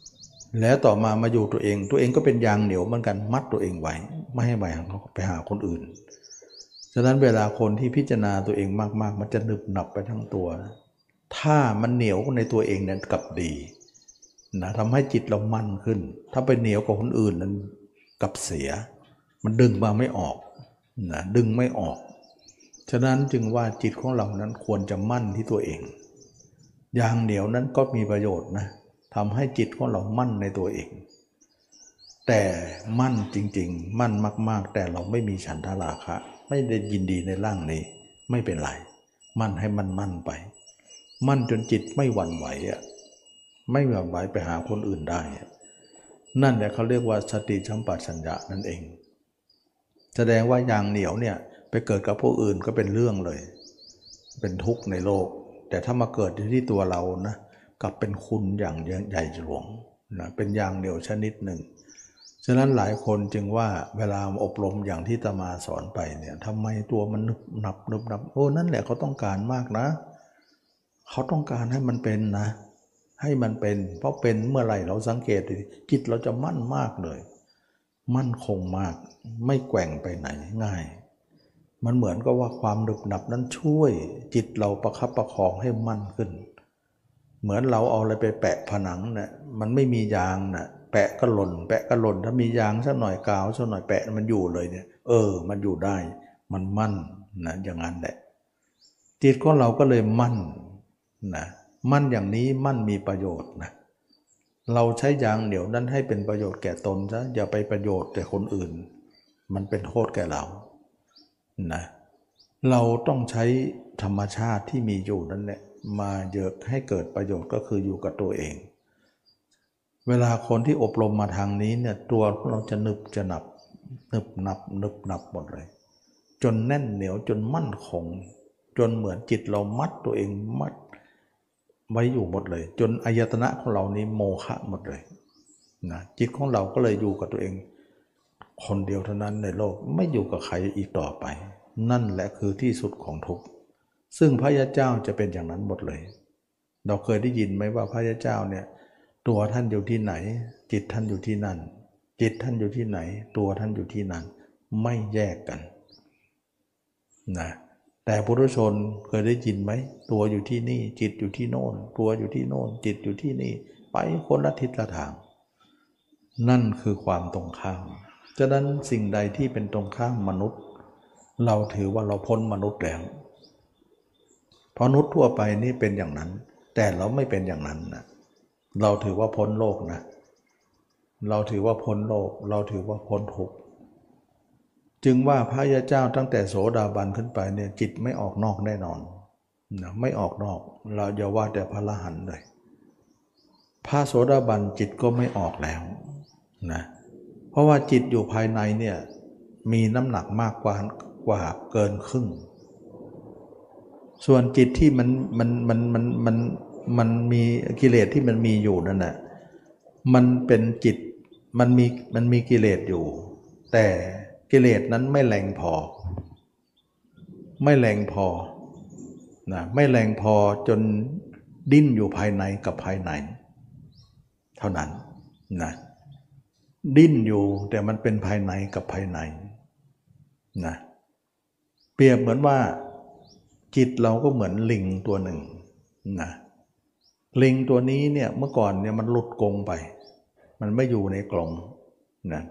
แล้วต่อมามาอยู่ตัวเองตัวเองก็เป็นยางเหนียวเหมือนกันมัดตัวเองไว้ไม่ให้ไปหาไปหาคนอื่นฉะนั้นเวลาคนที่พิจารณาตัวเองมากๆมันจะหนึบหนับไปทั้งตัวนะถ้ามันเหนียวในตัวเองนั้นกลับดีนะทำให้จิตเรามั่นขึ้นถ้าไปเหนียวกับคนอื่นนั้นกลับเสียมันดึงมาไม่ออกนะดึงไม่ออกฉะนั้นจึงว่าจิตของเรานั้นควรจะมั่นที่ตัวเองยางเหนียวนั้นก็มีประโยชน์นะทำให้จิตของเรามั่นในตัวเองแต่มั่นจริงๆมั่นมากๆแต่เราไม่มีฉันทราคะไม่ได้ยินดีในร่างนี้ไม่เป็นไรมั่นให้มันมั่นไปมั่นจนจิตไม่หวั่นไหวอ่ะไม่หวั่นไหวไปหาคนอื่นได้นั่นแหละเขาเรียกว่าสติสัมปชัญญะนั่นเองแสดงว่ายางเหนียวเนี่ยไปเกิดกับผู้อื่นก็เป็นเรื่องเลยเป็นทุกข์ในโลกแต่ถ้ามาเกิดที่ตัวเรานะกลับเป็นคุณอย่างใหญ่หลวงนะเป็นยางเหนียวชนิดหนึ่งฉะนั้นหลายคนจึงว่าเวลาอบรมอย่างที่ตมาสอนไปเนี่ยทำไมตัวมันนึบหนับนึบหนับโอ้นั่นแหละเขาต้องการมากนะเขาต้องการให้มันเป็นนะให้มันเป็นเพราะเป็นเมื่อไหร่เราสังเกตดิจิตเราจะมั่นมากเลยมั่นคงมากไม่แกว่งไปไหนง่ายมันเหมือนกับว่าความนึบหนับนั้นช่วยจิตเราประคับประคองให้มั่นขึ้นเหมือนเราเอาอะไรไปแปะผนังนะ่ะมันไม่มียางนะ่ะแปะก็หล่นแปะก็หล่นถ้ามียางสักหน่อยกาวสักหน่อยแปะมันอยู่เลยเนี่ยเออมันอยู่ได้มันมั่นนะอย่างนั้นแหละจิตของเราก็เลยมั่นนะมั่นอย่างนี้มั่นมีประโยชน์นะเราใช้ยางเหนียวนั้นให้เป็นประโยชน์แก่ตนซะอย่าไปประโยชน์แก่คนอื่นมันเป็นโทษแก่เรานะเราต้องใช้ธรรมชาติที่มีอยู่นั่นแหละมาเยอะให้เกิดประโยชน์ก็คืออยู่กับตัวเองเวลาคนที่อบรมมาทางนี้เนี่ยตัวเราจะนึบจะหนับนึบหนับนึบหนับหมดเลยจนแน่นเหนียวจนมั่นคงจนเหมือนจิตเรามัดตัวเองมัดไว้อยู่หมดเลยจนอายตนะของเรานี้โมฆะหมดเลยนะจิตของเราก็เลยอยู่กับตัวเองคนเดียวเท่านั้นในโลกไม่อยู่กับใครอีกต่อไปนั่นแหละคือที่สุดของทุกข์ซึ่งพระยาเจ้าจะเป็นอย่างนั้นหมดเลยเราเคยได้ยินไหมว่าพระยาเจ้าเนี่ยตัวท่านอยู่ที่ไหนจิตท่านอยู่ที่นั่นจิตท่านอยู่ที่ไหนตัวท่านอยู่ที่นั่นไม่แยกกันนะแต่ปุถุชนเคยได้ยินไหมตัวอยู่ที่นี่จิตอยู่ที่โน่นตัวอยู่ที่โน่นจิตอยู่ที่นี่ไปคนละทิศละทางนั่นคือความตรงข้ามฉะนั้นสิ่งใดที่เป็นตรงข้ามมนุษย์เราถือว่าเราพ้นมนุษย์แล้วเพราะมนุษย์ทั่วไปนี่เป็นอย่างนั้นแต่เราไม่เป็นอย่างนั้นนะเราถือว่าพ้นโลกนะเราถือว่าพ้นโลกเราถือว่าพ้นทุกข์จึงว่าพระยาเจ้าตั้งแต่โสดาบันขึ้นไปเนี่ยจิตไม่ออกนอกแน่นอนนะไม่ออกนอกเราอย่าว่าแต่พระอรหันต์เลยพระโสดาบันจิตก็ไม่ออกแล้วนะเพราะว่าจิตอยู่ภายในเนี่ยมีน้ำหนักมากกว่ากว่าเกินครึ่งส่วนจิตที่มันมันมันมันมันมันมีกิเลสที่มันมีอยู่นั่นน่ะมันเป็นจิตมันมีมันมีกิเลสอยู่แต่กิเลสนั้นไม่แรงพอไม่แรงพอนะไม่แรงพอจนดิ้นอยู่ภายในกับภายในเท่านั้นนะดิ้นอยู่แต่มันเป็นภายในกับภายในนะเปรียบเหมือนว่าจิตเราก็เหมือนลิงตัวหนึ่งนะลิงตัวนี้เนี่ยเมื่อก่อนเนี่ยมันหลุดกรงไปมันไม่อยู่ในกรงนะ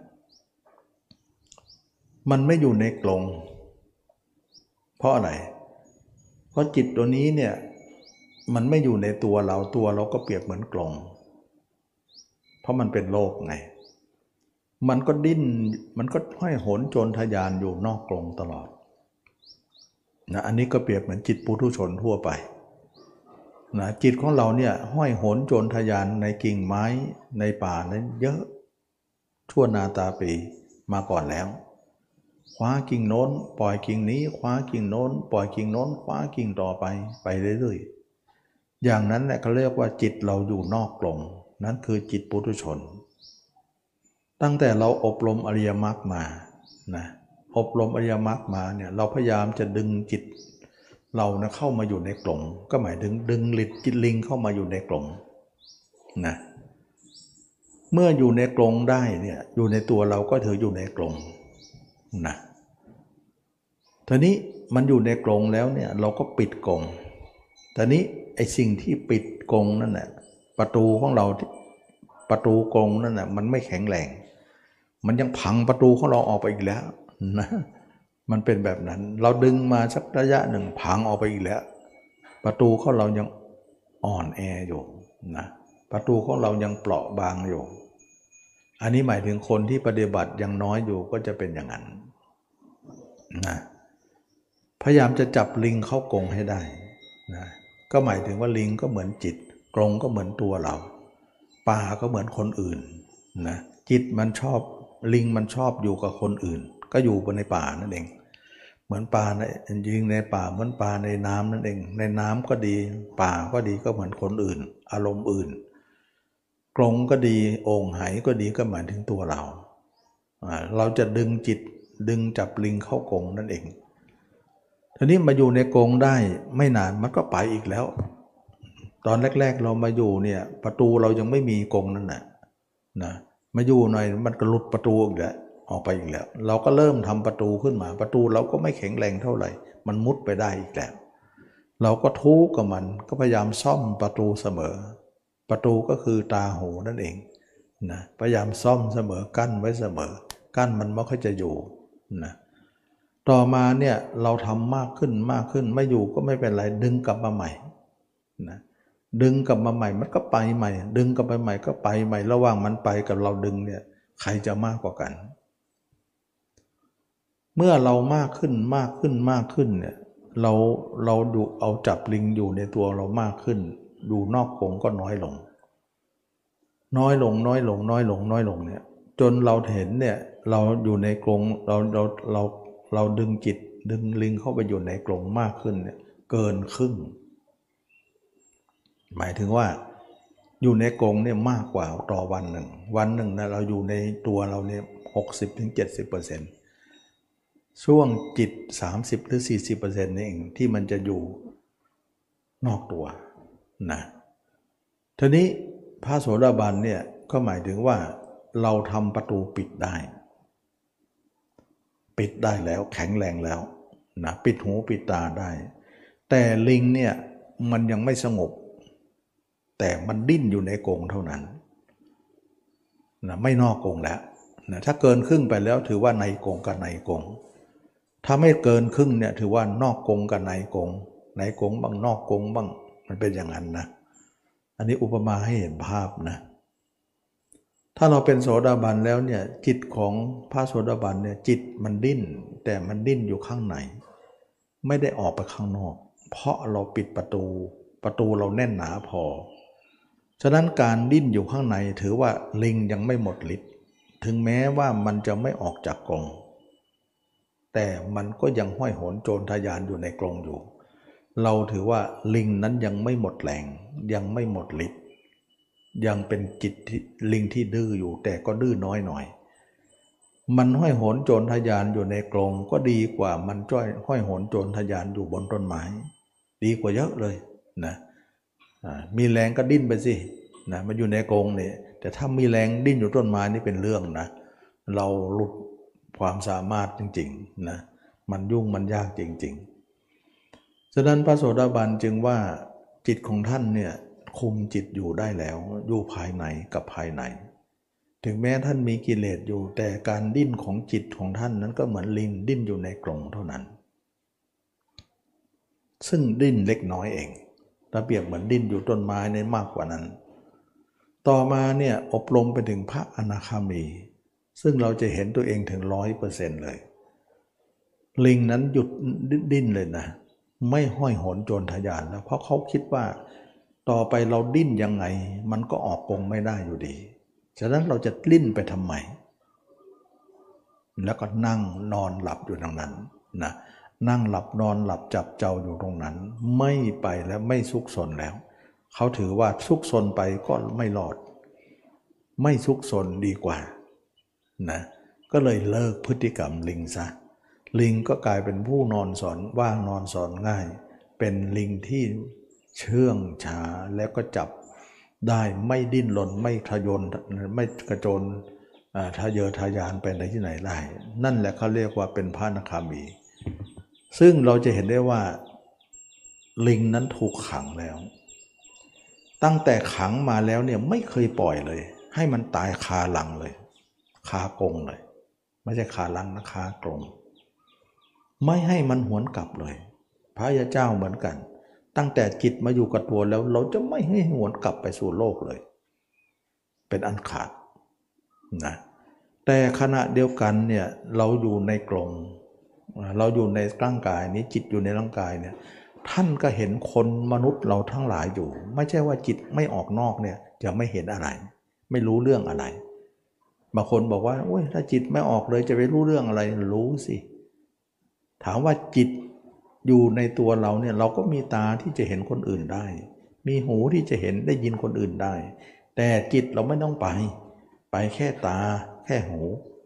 มันไม่อยู่ในกรงเพราะอะไรเพราะจิตตัวนี้เนี่ยมันไม่อยู่ในตัวเราตัวเราก็เปรียบเหมือนกรงเพราะมันเป็นโลกไงมันก็ดิ้นมันก็ห้อยโหนโจรทะยานอยู่นอกกรงตลอดนะอันนี้ก็เปรียบเหมือนจิตปุถุชนทั่วไปนะจิตของเราเนี่ยห้อยโหนโจรทะยานในกิ่งไม้ในป่านั้นเยอะชั่วนาตาปีมาก่อนแล้วคว้ากิ่งโน้นปล่อยกิ่งนี้คว้ากิ่งโน้นปล่อยกิ่งโน้นคว้ากิ่งต่อไปไปเรื่อยๆอย่างนั้นแหละเขาเรียกว่าจิตเราอยู่นอกกรงนั่นคือจิตปุถุชนตั้งแต่เราอบรมอริยมรรคมานะอบรมอริยมรรคมาเนี่ยเราพยายามจะดึงจิตเรานะเข้ามาอยู่ในกรงก็หมายถึงดึงลิดจิตลิงเข้ามาอยู่ในกรงนะเมื่ออยู่ในกรงได้เนี่ยอยู่ในตัวเราก็ถืออยู่ในกรงนะทีนี้มันอยู่ในกรงแล้วเนี่ยเราก็ปิดกรงทีนี้ไอ้สิ่งที่ปิดกรงนั่นแหละประตูของเราประตูกรงนั่นแหละมันไม่แข็งแรงมันยังพังประตูของเราออกไปอีกแล้วนะมันเป็นแบบนั้นเราดึงมาสักระยะหนึ่งพังออกไปอีกแล้วประตูของเรายังอ่อนแออยู่นะประตูของเรายังเปราะบางอยู่อันนี้หมายถึงคนที่ปฏิบัติยังน้อยอยู่ก็จะเป็นอย่างนั้นนะพยายามจะจับลิงเข้ากรงให้ได้นะก็หมายถึงว่าลิงก็เหมือนจิตกรงก็เหมือนตัวเราป่าก็เหมือนคนอื่นนะจิตมันชอบลิงมันชอบอยู่กับคนอื่นก็อยู่บนในป่านั่นเองเหมือนปลาในยิงในป่าเหมือนปลาในน้ำนั่นเองในน้ำก็ดีป่าก็ดีก็เหมือนคนอื่นอารมณ์อื่นกรงก็ดีโอ่งไหก็ดีก็หมายถึงตัวเราเราจะดึงจิตดึงจับลิงเข้ากรงนั่นเองทีนี้มาอยู่ในกรงได้ไม่นานมันก็ไปอีกแล้วตอนแรกๆเรามาอยู่เนี่ยประตูเรายังไม่มีกรงนั่นน่ะนะมาอยู่หน่อยมันก็หลุดประตูอีกแล้วออกไปอีกแล้วเราก็เริ่มทำประตูขึ้นมาประตูเราก็ไม่แข็งแรงเท่าไหร่มันมุดไปได้อีกแล้วเราก็ทุกข์กับมันก็พยายามซ่อมประตูเสมอประตูก็คือตาหูนั่นเองนะพยายามซ่อมเสมอกั้นไว้เสมอกั้นมันไม่ค่อยจะอยู่นะต่อมาเนี่ยเราทำมากขึ้นมากขึ้นไม่อยู่ก็ไม่เป็นไรดึงกลับมาใหม่นะดึงกลับมาใหม่มันก็ไปใหม่ดึงกลับไปใหม่ก็ไปใหม่ระหว่างมันไปกับเราดึงเนี่ยใครจะมากกว่ากันเมื่อเรามากขึ้นมากขึ้นมากขึ้นเนี่ยเราเราดูเอาจับลิงอยู่ในตัวเรามากขึ้นดูนอกกรงก็น้อยลงน้อยลงน้อยลงน้อยลงน้อยลงเนี่ยจนเราเห็นเนี่ยเราอยู่ในกรงเราเราเราเราดึงจิตดึงลิงเข้าไปอยู่ในกรงมากขึ้นเนี่ยเกินครึ่งหมายถึงว่าอยู่ในกรงเนี่ยมากกว่าต่อวันหนึ่งวันหนึ่งนะเราอยู่ในตัวเราเนี่ย หกสิบถึงเจ็ดสิบเปอร์เซ็นต์ ช่วงจิตสามสิบหรือ สี่สิบเปอร์เซ็นต์ นี่เองที่มันจะอยู่นอกตัวนะทีนี้พระโสดาบันเนี่ยก็หมายถึงว่าเราทำประตูปิดได้ปิดได้แล้วแข็งแรงแล้วนะปิดหูปิดตาได้แต่ลิงเนี่ยมันยังไม่สงบแต่มันดิ้นอยู่ในกรงเท่านั้นนะไม่นอกกรงแล้วนะถ้าเกินครึ่งไปแล้วถือว่าในกรงกับในกรงถ้าไม่เกินครึ่งเนี่ยถือว่านอกกรงกับในกรงในกรงบ้างนอกกรงบ้างมันเป็นอย่างนั้นนะอันนี้อุปมาให้เห็นภาพนะถ้าเราเป็นโสดาบันแล้วเนี่ยจิตของพระโสดาบันเนี่ยจิตมันดิ้นแต่มันดิ้นอยู่ข้างในไม่ได้ออกไปข้างนอกเพราะเราปิดประตูประตูเราแน่นหนาพอฉะนั้นการดิ้นอยู่ข้างในถือว่าลิงยังไม่หมดฤทธิ์ถึงแม้ว่ามันจะไม่ออกจากกรงแต่มันก็ยังห้อยโหนโจรทะยานอยู่ในกรงอยู่เราถือว่าลิงนั้นยังไม่หมดแรงยังไม่หมดฤทธิ์ยังเป็นจิตที่ลิงที่ดื้ออยู่แต่ก็ดื้อน้อยหน่อยมันห้อยโหนโจรทะยานอยู่ในกรงก็ดีกว่ามันจ้อยห้อยโหนโจรทะยานอยู่บนต้นไม้ดีกว่าเยอะเลยนะมีแรงก็ดิ้นไปสินะมันอยู่ในกรงเนี่ยแต่ถ้ามีแรงดิ้นอยู่ต้นไม้นี่เป็นเรื่องนะเราหลุดความสามารถจริงๆนะมันยุ่งมันยากจริงๆฉะนั้นพระโสดาบันจึงว่าจิตของท่านเนี่ยคุมจิตอยู่ได้แล้วอยู่ภายในกับภายในถึงแม้ท่านมีกิเลสอยู่แต่การดิ้นของจิตของท่านนั้นก็เหมือนลิงดิ้นอยู่ในกรงเท่านั้นซึ่งดิ้นเล็กน้อยเองถ้าเปรียบเหมือนดิ้นอยู่ต้นไม้เนี่ยมากกว่านั้นต่อมาเนี่ยอบรมไปถึงพระอนาคามีซึ่งเราจะเห็นตัวเองถึง ร้อยเปอร์เซ็นต์ เลยลิงนั้นหยุดดิ้นเลยนะไม่ห้อยโหนโจรทะยานแล้วเพราะเขาคิดว่าต่อไปเราดิ้นยังไงมันก็ออกกรงไม่ได้อยู่ดีฉะนั้นเราจะดิ้นไปทำไมแล้วก็นั่งนอนหลับอยู่ตรงนั้นนะนั่งหลับนอนหลับจับเจ้าอยู่ตรงนั้นไม่ไปแล้วไม่ซุกซนแล้วเขาถือว่าซุกซนไปก็ไม่รอดไม่ซุกซนดีกว่านะก็เลยเลิกพฤติกรรมลิงซะลิงก็กลายเป็นผู้นอนสอนว่างนอนสอนง่ายเป็นลิงที่เชื่องช้าแล้วก็จับได้ไม่ดิ้นรนไม่ทะยนไม่กระโจนทะเยอทะยานไปไหนที่ไหนได้นั่นแหละเขาเรียกว่าเป็นพระอนาคามีซึ่งเราจะเห็นได้ว่าลิงนั้นถูกขังแล้วตั้งแต่ขังมาแล้วเนี่ยไม่เคยปล่อยเลยให้มันตายคาหลังเลยคากรงเลยไม่ใช่คาหลังนะคากรงไม่ให้มันหวนกลับเลยพระยาเจ้าเหมือนกันตั้งแต่จิตมาอยู่กับตัวแล้วเราจะไม่ให้หวนกลับไปสู่โลกเลยเป็นอันขาดนะแต่ขณะเดียวกันเนี่ยเราอยู่ในกรงเราอยู่ในร่างกายนี้จิตอยู่ในร่างกายเนี่ยท่านก็เห็นคนมนุษย์เราทั้งหลายอยู่ไม่ใช่ว่าจิตไม่ออกนอกเนี่ยจะไม่เห็นอะไรไม่รู้เรื่องอะไรบางคนบอกว่าโอ้ยถ้าจิตไม่ออกเลยจะไปรู้เรื่องอะไรรู้สิถามว่าจิตอยู่ในตัวเราเนี่ยเราก็มีตาที่จะเห็นคนอื่นได้มีหูที่จะเห็นได้ยินคนอื่นได้แต่จิตเราไม่ต้องไปไปแค่ตาแค่หู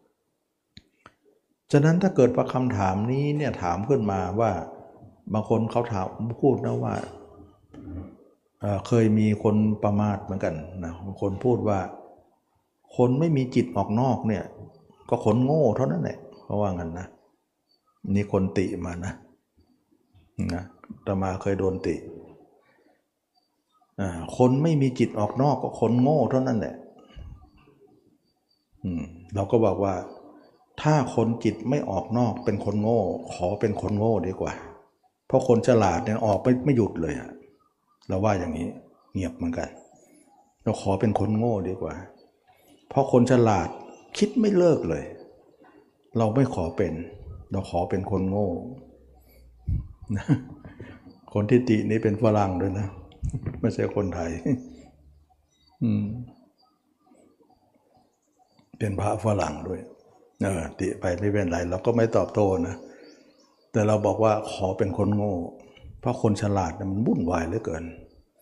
ฉะนั้นถ้าเกิดว่าคำถามนี้เนี่ยถามขึ้นมาว่าบางคนเขาถามพูดนะว่า เอ่อเคยมีคนประมาทเหมือนกันนะบางคนพูดว่าคนไม่มีจิตออกนอกเนี่ยก็คนโง่เท่านั้นแหละเพราะว่างั้นนะนี่คนติมานะนะอาตมาเคยโดนติอ่าคนไม่มีจิตออกนอกก็คนโง่เท่านั้นแหละอืมเราก็บอกว่าถ้าคนจิตไม่ออกนอกเป็นคนโง่ขอเป็นคนโง่ดีกว่าเพราะคนฉลาดเนี่ยออกไม่ไม่หยุดเลยอะเราว่าอย่างนี้เงียบเหมือนกันเราขอเป็นคนโง่ดีกว่าเพราะคนฉลาดคิดไม่เลิกเลยเราไม่ขอเป็นเราขอเป็นคนโง่นะคนที่ตินี้เป็นฝรั่งด้วยนะไม่ใช่คนไทยอืมเป็นพระฝรั่งด้วยเออติไปไม่เป็นไรเราก็ไม่ตอบโต้นะแต่เราบอกว่าขอเป็นคนโง่เพราะคนฉลาดมันวุ่นวายเหลือเกิน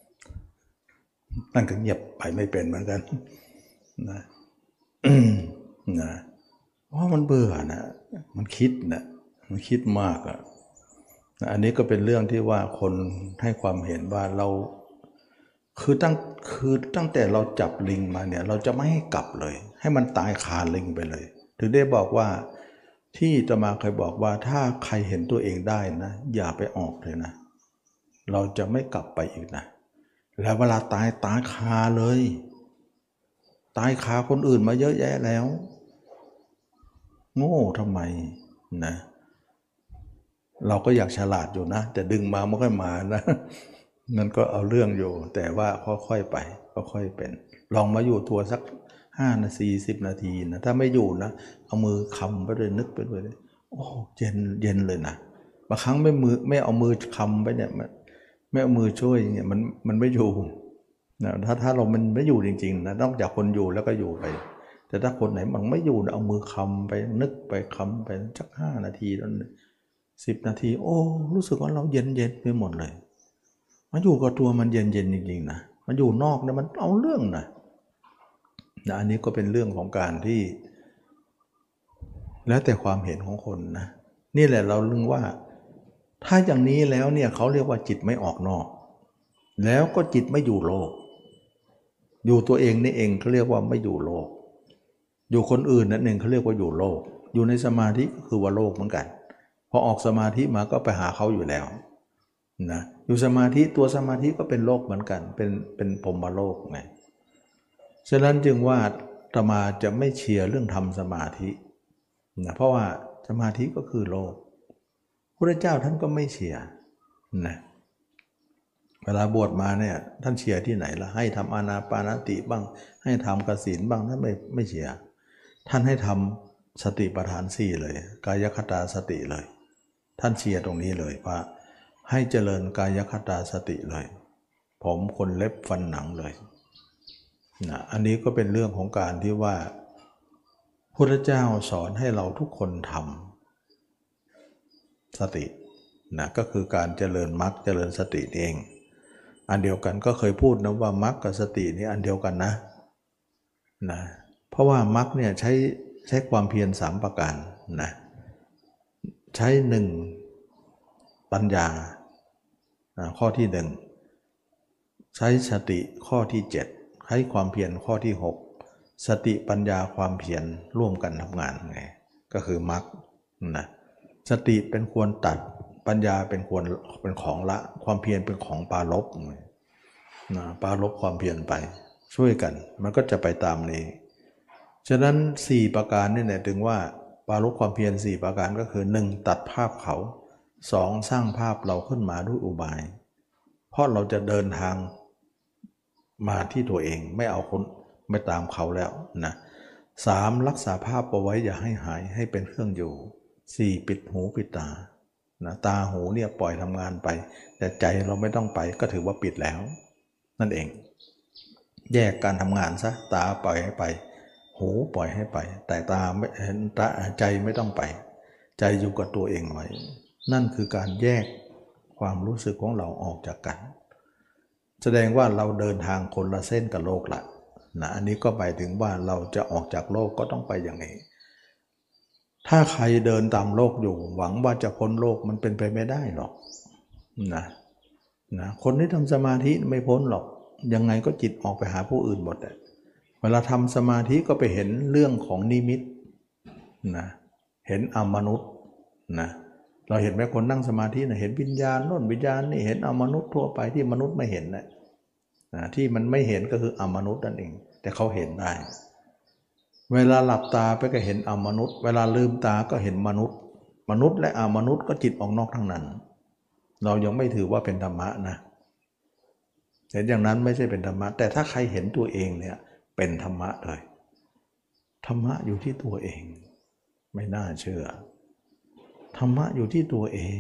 นั่นก็เงียบไปไม่เป็นเหมือนกันนะนะเพราะมันเบื่อนะมันคิดนะมันคิดมากอ่ะอันนี้ก็เป็นเรื่องที่ว่าคนให้ความเห็นว่าเราคือตั้งคือตั้งแต่เราจับลิงมาเนี่ยเราจะไม่ให้กลับเลยให้มันตายคาลิงไปเลยถึงได้บอกว่าที่อาตมาเคยบอกว่าถ้าใครเห็นตัวเองได้นะอย่าไปออกเลยนะเราจะไม่กลับไปอีกนะแล้วเวลาตายตายคาเลยตายคาคนอื่นมาเยอะแยะแล้วโง่ทำไมนะเราก็อยากฉลาดอยู่นะแต่ดึงมาไม่ค่อยมานะนั่นก็เอาเรื่องอยู่แต่ว่าค่อยๆไปค่อยๆเป็นลองมาอยู่ตัวสักห้านาทีสิบนาทีนะถ้าไม่อยู่นะเอามือคำไปเลยนึกไปเลยโอ้เย็นเย็นเลยนะบางครั้งไม่มือไม่เอามือคำไปเนี่ยไม่เอามือช่วยเนี่ยมันมันไม่อยู่นะถ้าถ้าเรามันไม่อยู่จริงๆนะนอกจากคนอยู่แล้วก็อยู่ไปแต่ถ้าคนไหนมันไม่อยู่เอามือคำไปนึกไปคำไปสักห้านาทีนั้นสิบนาทีโอ้รู้สึกว่าเราเย็นเย็นไปหมดเลยมาอยู่กับตัวมันเย็นเย็นจริงๆนะมาอยู่นอกเนี่ยมันเอาเรื่องนะนะอันนี้ก็เป็นเรื่องของการที่แล้วแต่ความเห็นของคนนะนี่แหละเราเรื่องว่าถ้าอย่างนี้แล้วเนี่ยเขาเรียกว่าจิตไม่ออกนอกแล้วก็จิตไม่อยู่โลกอยู่ตัวเองนี่เองเขาเรียกว่าไม่อยู่โลกอยู่คนอื่นนั่นเองเขาเรียกว่าอยู่โลกอยู่ในสมาธิก็คือว่าโลกเหมือนกันพอออกสมาธิมาก็ไปหาเขาอยู่แล้วนะอยู่สมาธิตัวสมาธิก็เป็นโลกเหมือนกันเป็นเป็นพรหมโลกไงฉะนั้นจึงว่าอาตมาจะไม่เชียร์เรื่องทำสมาธินะเพราะว่าสมาธิก็คือโลกพระเจ้าท่านก็ไม่เชียร์นะเวลาบวชมาเนี่ยท่านเชียร์ที่ไหนล่ะให้ทำอานาปานสติบ้างให้ทำกสิณบ้างท่านไม่ไม่เชียร์ท่านให้ทำสติปัฏฐานสี่เลยกายคตาสติเลยท่านเชียร์ตรงนี้เลยว่าให้เจริญกายคตาสติเลยผมขนเล็บฟันหนังเลยนะอันนี้ก็เป็นเรื่องของการที่ว่าพระเจ้าสอนให้เราทุกคนทำสตินะก็คือการเจริญมรรคเจริญสติเองอันเดียวกันก็เคยพูดนะว่ามรรคกับสตินี่อันเดียวกันนะนะเพราะว่ามรรคเนี่ยใช้ใช้ความเพียรสามประการนะใช้หนึ่งปัญญาข้อที่หนึ่งใช้สติข้อที่เจ็ดให้ความเพียรข้อที่หกสติปัญญาความเพียรร่วมกันทำงานไงก็คือมรรคนะสติเป็นควรตัดปัญญาเป็นควรเป็นของละความเพียรเป็นของปาลบนะปาลบความเพียรไปช่วยกันมันก็จะไปตามนี้ฉะนั้นสี่ประการนี่เนี่ยถึงว่าปาลบความเพียรสี่ประการก็คือหนึ่งตัดภาพเขาสองสร้างภาพเราขึ้นมาด้วยอุบายเพราะเราจะเดินทางมาที่ตัวเองไม่เอาคนไม่ตามเขาแล้วนะสามรักษาภาพเอาไว้อย่าให้หายให้เป็นเครื่องอยู่สี่ปิดหูปิดตานะตาหูเนี่ยปล่อยทำงานไปแต่ใจเราไม่ต้องไปก็ถือว่าปิดแล้วนั่นเองแยกการทำงานซะตาปล่อยให้ไปหูปล่อยให้ไปแต่ตาไม่เห็นตาใจไม่ต้องไปใจอยู่กับตัวเองไว้นั่นคือการแยกความรู้สึกของเราออกจากกันแสดงว่าเราเดินทางคนละเส้นกับโลกละนะอันนี้ก็หมายถึงว่าเราจะออกจากโลกก็ต้องไปอย่างนี้ถ้าใครเดินตามโลกอยู่หวังว่าจะพ้นโลกมันเป็นไปไม่ได้หรอกนะนะคนที่ทำสมาธิไม่พ้นหรอกยังไงก็จิตออกไปหาผู้อื่นหมดเลยเวลาทำสมาธิก็ไปเห็นเรื่องของนิมิตนะเห็นอมนุษย์นะเราเห็นไหมคนนั่งสมาธินะเห็นวิญญาณโน่นวิญญาณนี่เห็นอมนุษย์ทั่วไปที่มนุษย์ไม่เห็นนะนะที่มันไม่เห็นก็คืออมนุษย์นั่นเองแต่เขาเห็นได้เวลาหลับตาไปก็เห็นอมนุษย์เวลาลืมตาก็เห็นมนุษย์มนุษย์และอมนุษย์ก็จิตออกนอกทั้งนั้นเรายังไม่ถือว่าเป็นธรรมะนะเห็นอย่างนั้นไม่ใช่เป็นธรรมะแต่ถ้าใครเห็นตัวเองเนี่ยเป็นธรรมะเลยธรรมะอยู่ที่ตัวเองไม่น่าเชื่อธรรมะอยู่ที่ตัวเอง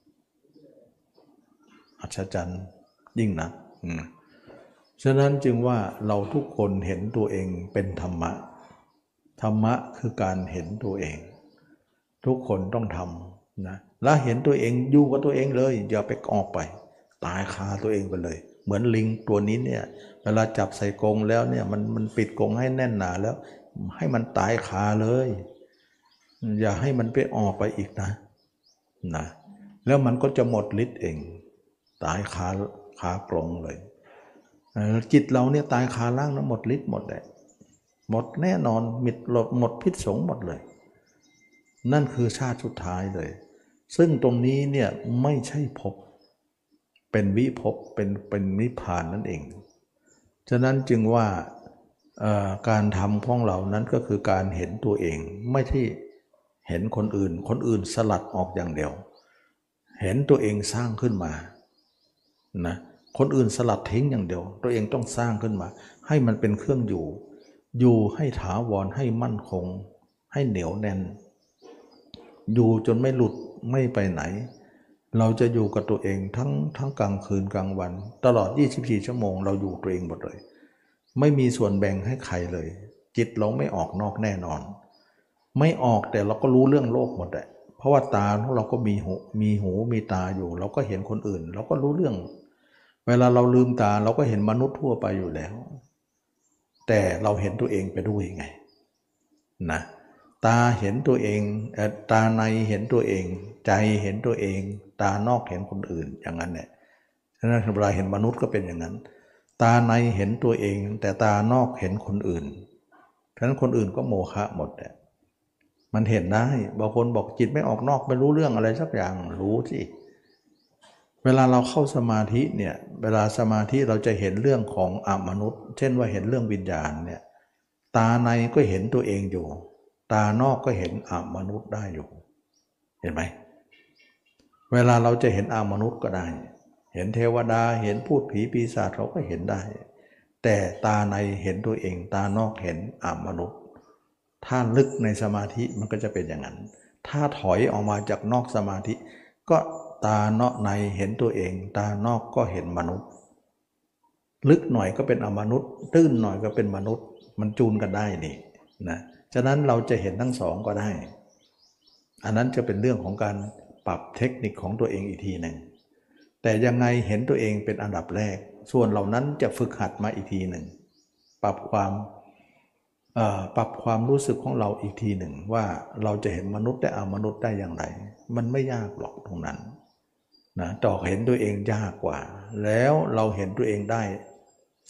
อัศจรรย์ยิ่งนักฉะนั้นจึงว่าเราทุกคนเห็นตัวเองเป็นธรรมะธรรมะคือการเห็นตัวเองทุกคนต้องทำนะและเห็นตัวเองอยู่กับตัวเองเลยอย่าไปออกไปตายคาตัวเองไปเลยเหมือนลิงตัวนี้เนี่ยเวลาจับใส่กรงแล้วเนี่ยมันมันปิดกรงให้แน่นหนาแล้วให้มันตายคาเลยอย่าให้มันไปออกไปอีกนะนะแล้วมันก็จะหมดฤทธิ์เองตายคาคากรงเลยจิตเราเนี่ยตายคาล่างนะหมดฤทธิ์หมดเลยหมดแน่นอนมิดหลดหมดพิษสงหมดเลยนั่นคือชาติสุดท้ายเลยซึ่งตรงนี้เนี่ยไม่ใช่ภพเป็นวิภพเป็นเป็นนิพพานนั่นเองฉะนั้นจึงว่าการทำของเรานั้นก็คือการเห็นตัวเองไม่ที่เห็นคนอื่นคนอื่นสลัดออกอย่างเดียวเห็นตัวเองสร้างขึ้นมานะคนอื่นสลัดทิ้งอย่างเดียวตัวเองต้องสร้างขึ้นมาให้มันเป็นเครื่องอยู่อยู่ให้ถาวรให้มั่นคงให้เหนียวแน่นอยู่จนไม่หลุดไม่ไปไหนเราจะอยู่กับตัวเองทั้งทั้งกลางคืนกลางวันตลอดยี่สิบสี่ชั่วโมงเราอยู่ตัวเองหมดเลยไม่มีส่วนแบ่งให้ใครเลยจิตเราไม่ออกนอกแน่นอนไม่ออกแต่เราก็รู้เรื่องโลกหมดแหละเพราะว่าตาของเราก็มีหูมีหูมีตาอยู่เราก็เห็นคนอื่นเราก็รู้เรื่องเวลาเราลืมตาเราก็เห็นมนุษย์ทั่วไปอยู่แล้วแต่เราเห็นตัวเองไปด้วยไงนะตาเห็นตัวเองตาในเห็นตัวเองใจเห็นตัวเองตานอกเห็นคนอื่นอย่างนั้นเนี่ยฉะนั้นเวลาเห็นมนุษย์ก็เป็นอย่างนั้นตาในเห็นตัวเองแต่ตานอกเห็นคนอื่นฉะนั้นคนอื่นก็โมฆะหมดเนี่ยมันเห็นได้บางคนบอกจิตไม่ออกนอกไม่รู้เรื่องอะไรสักอย่างรู้สิเวลาเราเข้าสมาธิเนี่ยเวลาสมาธิเราจะเห็นเรื่องของอมนุษย์เช่นว่าเห็นเรื่องวิญญาณเนี่ยตาในก็เห็นตัวเองอยู่ตานอกก็เห็นอมนุษย์ได้อยู่เห็นไหมเวลาเราจะเห็นอมนุษย์ก็ได้เห็นเทวดาเห็นพูดผีปีศาจเราก็เห็นได้แต่ตาในเห็นตัวเองตานอกเห็นอมนุษย์ถ้าลึกในสมาธิมันก็จะเป็นอย่างนั้นถ้าถอยออกมาจากนอกสมาธิก็ตานอกในเห็นตัวเองตานอกก็เห็นมนุษย์ลึกหน่อยก็เป็นอมนุษย์ตื้นหน่อยก็เป็นมนุษย์มันจูนกันได้นี่นะฉะนั้นเราจะเห็นทั้งสองก็ได้อันนั้นจะเป็นเรื่องของการปรับเทคนิคของตัวเองอีกทีหนึ่งแต่ยังไงเห็นตัวเองเป็นอันดับแรกส่วนเหล่านั้นจะฝึกหัดมาอีกทีหนึ่งปรับความปรับความรู้สึกของเราอีกทีหนึ่งว่าเราจะเห็นมนุษย์และอมนุษย์ได้อย่างไรมันไม่ยากหรอกตรงนั้นนะต่อเห็นตัวเองยากกว่าแล้วเราเห็นตัวเองได้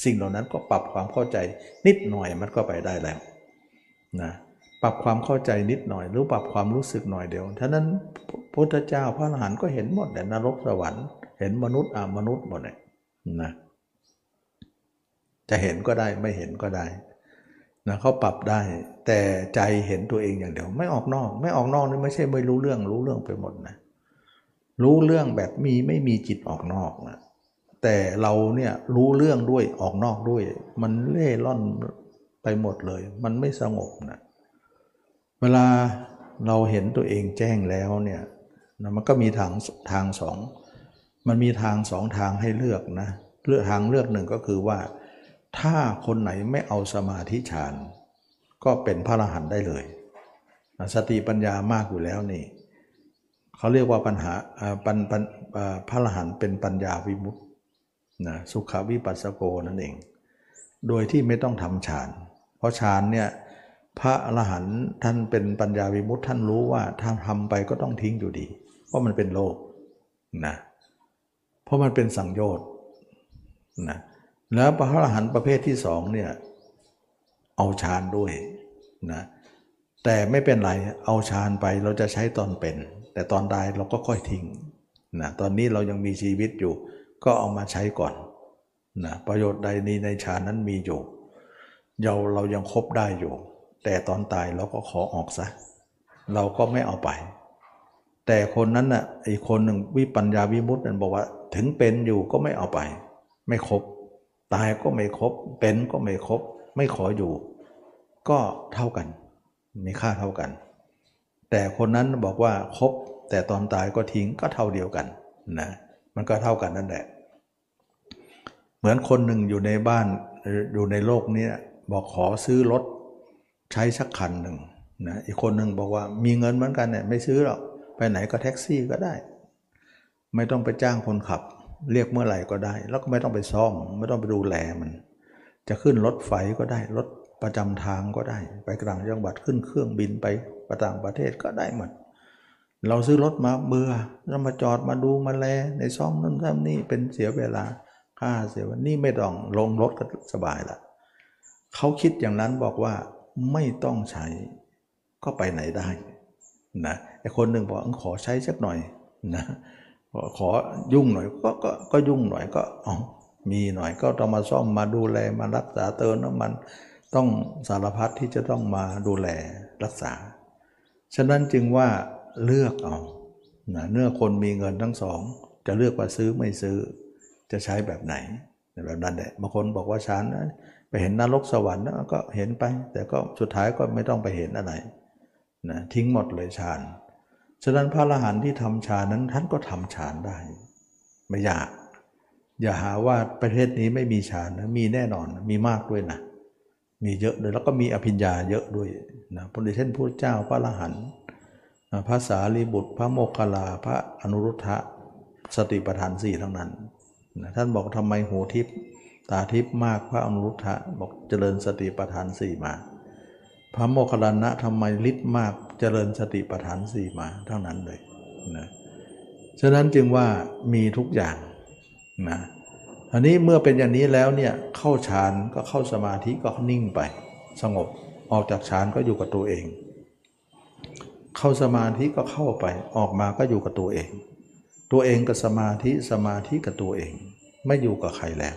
สิ่งเหล่านั้นก็ปรับความเข้าใจนิดหน่อยมันก็ไปได้แล้วนะปรับความเข้าใจนิดหน่อยหรือปรับความรู้สึกหน่อยเดียวฉะนั้นพระพุทธเจ้าพระอรหันต์ก็เห็นหมดแต่นรกสวรรค์เห็นมนุษย์อมนุษย์หมดเลยนะจะเห็นก็ได้ไม่เห็นก็ได้นะเขาปรับได้แต่ใจเห็นตัวเองอย่างเดียวไม่ออกนอกไม่ออกนอกนี่ไม่ใช่ไม่รู้เรื่องรู้เรื่องไปหมดนะรู้เรื่องแบบมีไม่มีจิตออกนอกนะแต่เราเนี่ยรู้เรื่องด้วยออกนอกด้วยมันเล่ร่อนไปหมดเลยมันไม่สงบนะเวลาเราเห็นตัวเองแจ้งแล้วเนี่ยนะมันก็มีทางทางสองมันมีทางสองทางให้เลือกนะเลือกทางเลือกหนึ่งก็คือว่าถ้าคนไหนไม่เอาสมาธิฌานก็เป็นพระอรหันต์ได้เลยสติปัญญามากอยู่แล้วนี่เขาเรียกว่าปัญหาปัญปัญพระอรหันต์เป็นปัญญาวิมุตตินะสุขวิปัสสโกนั่นเองโดยที่ไม่ต้องทำฌานเพราะฌานเนี่ยพระอรหันต์ท่านเป็นปัญญาวิมุตติท่านรู้ว่าถ้าทำไปก็ต้องทิ้งอยู่ดีเพราะมันเป็นโลกนะเพราะมันเป็นสังโยชน์นะแล้วพระอรหันต์ประเภทที่สองเนี่ยเอาฌานด้วยนะแต่ไม่เป็นไรเอาฌานไปเราจะใช้ตอนเป็นแต่ตอนตายเราก็ค่อยทิ้งนะตอนนี้เรายังมีชีวิตอยู่ก็เอามาใช้ก่อนนะประโยชน์ใดนี้ในฌานนั้นมีอยู่เราเรายังครบได้อยู่แต่ตอนตายเราก็ขอออกซะเราก็ไม่เอาไปแต่คนนั้นน่ะอีกคนหนึ่งวิปัญญาวิมุตตินั่นบอกว่าถึงเป็นอยู่ก็ไม่เอาไปไม่ครบตายก็ไม่ครบเป็นก็ไม่ครบไม่ขออยู่ก็เท่ากันมีค่าเท่ากันแต่คนนั้นบอกว่าครบแต่ตอนตายก็ทิ้งก็เท่าเดียวกันนะมันก็เท่ากันนั่นแหละเหมือนคนหนึ่งอยู่ในบ้านอยู่ในโลกนี้บอกขอซื้อรถใช้สักคันหนึ่งนะอีกคนหนึ่งบอกว่ามีเงินเหมือนกันเนี่ยไม่ซื้อหรอกไปไหนก็แท็กซี่ก็ได้ไม่ต้องไปจ้างคนขับเรียกเมื่อไหร่ก็ได้แล้วก็ไม่ต้องไปซ่อมไม่ต้องไปดูแลมันจะขึ้นรถไฟก็ได้รถประจำทางก็ได้ไปต่างจังหวัดขึ้นเครื่องบินไปต่างประเทศก็ได้หมดเราซื้อรถมาเบื่อแล้วมาจอดมาดูมาแลในซ่อมนั่นซ่อมนี่เป็นเสียเวลาค่าเสียวันนี่ไม่ต้องลงรถก็สบายละเขาคิดอย่างนั้นบอกว่าไม่ต้องใช้ก็ไปไหนได้นะไอ้คนหนึ่งบอกขอใช้สักหน่อยนะขอยุ่งหน่อยก็ก็ก็ยุ่งหน่อยก็อ๋อมีหน่อยก็ต้องมาซ่อมมาดูแลมารักษาเติมน้ำมันต้องสารพัดที่จะต้องมาดูแลรักษาฉะนั้นจึงว่าเลือกเอานะเมื่อคนมีเงินทั้งสองจะเลือกว่าซื้อไม่ซื้อจะใช้แบบไหนแบบนั้นแหละบางคนบอกว่าฉันไปเห็นนรกสวรรค์ก็เห็นไปแต่ก็สุดท้ายก็ไม่ต้องไปเห็นอะไรนะทิ้งหมดเลยฌานฉะนั้นพระอรหันต์ที่ทำฌานนั้นท่านก็ทำฌานได้ไม่ยากอย่าหาว่าประเทศนี้ไม่มีฌานนะมีแน่นอนมีมากด้วยนะมีเยอะเลยแล้วก็มีอภิญญาเยอะด้วยนะพระเช่นพระเจ้าพระอรหันต์พระสารีบุตรพระโมคคัลลาพระอนุรุทธะสติปัฏฐานสี่ทั้งนั้นนะท่านบอกทำไมหูทิพย์ตาทิพย์มากพระอนุรุทธะบอกเจริญสติปัฏฐานสี่มาพระโมคคัลลานะทำไมฤทธิ์มากเจริญสติปัฏฐานสี่มาเท่านั้นเลยนะฉะนั้นจึงว่ามีทุกอย่างนะอันนี้เมื่อเป็นอย่างนี้แล้วเนี่ยเข้าฌานก็เข้าสมาธิก็นิ่งไปสงบออกจากฌานก็อยู่กับตัวเองเข้าสมาธิก็เข้าไปออกมาก็อยู่กับตัวเองตัวเองกับสมาธิสมาธิกับตัวเองไม่อยู่กับใครแล้ว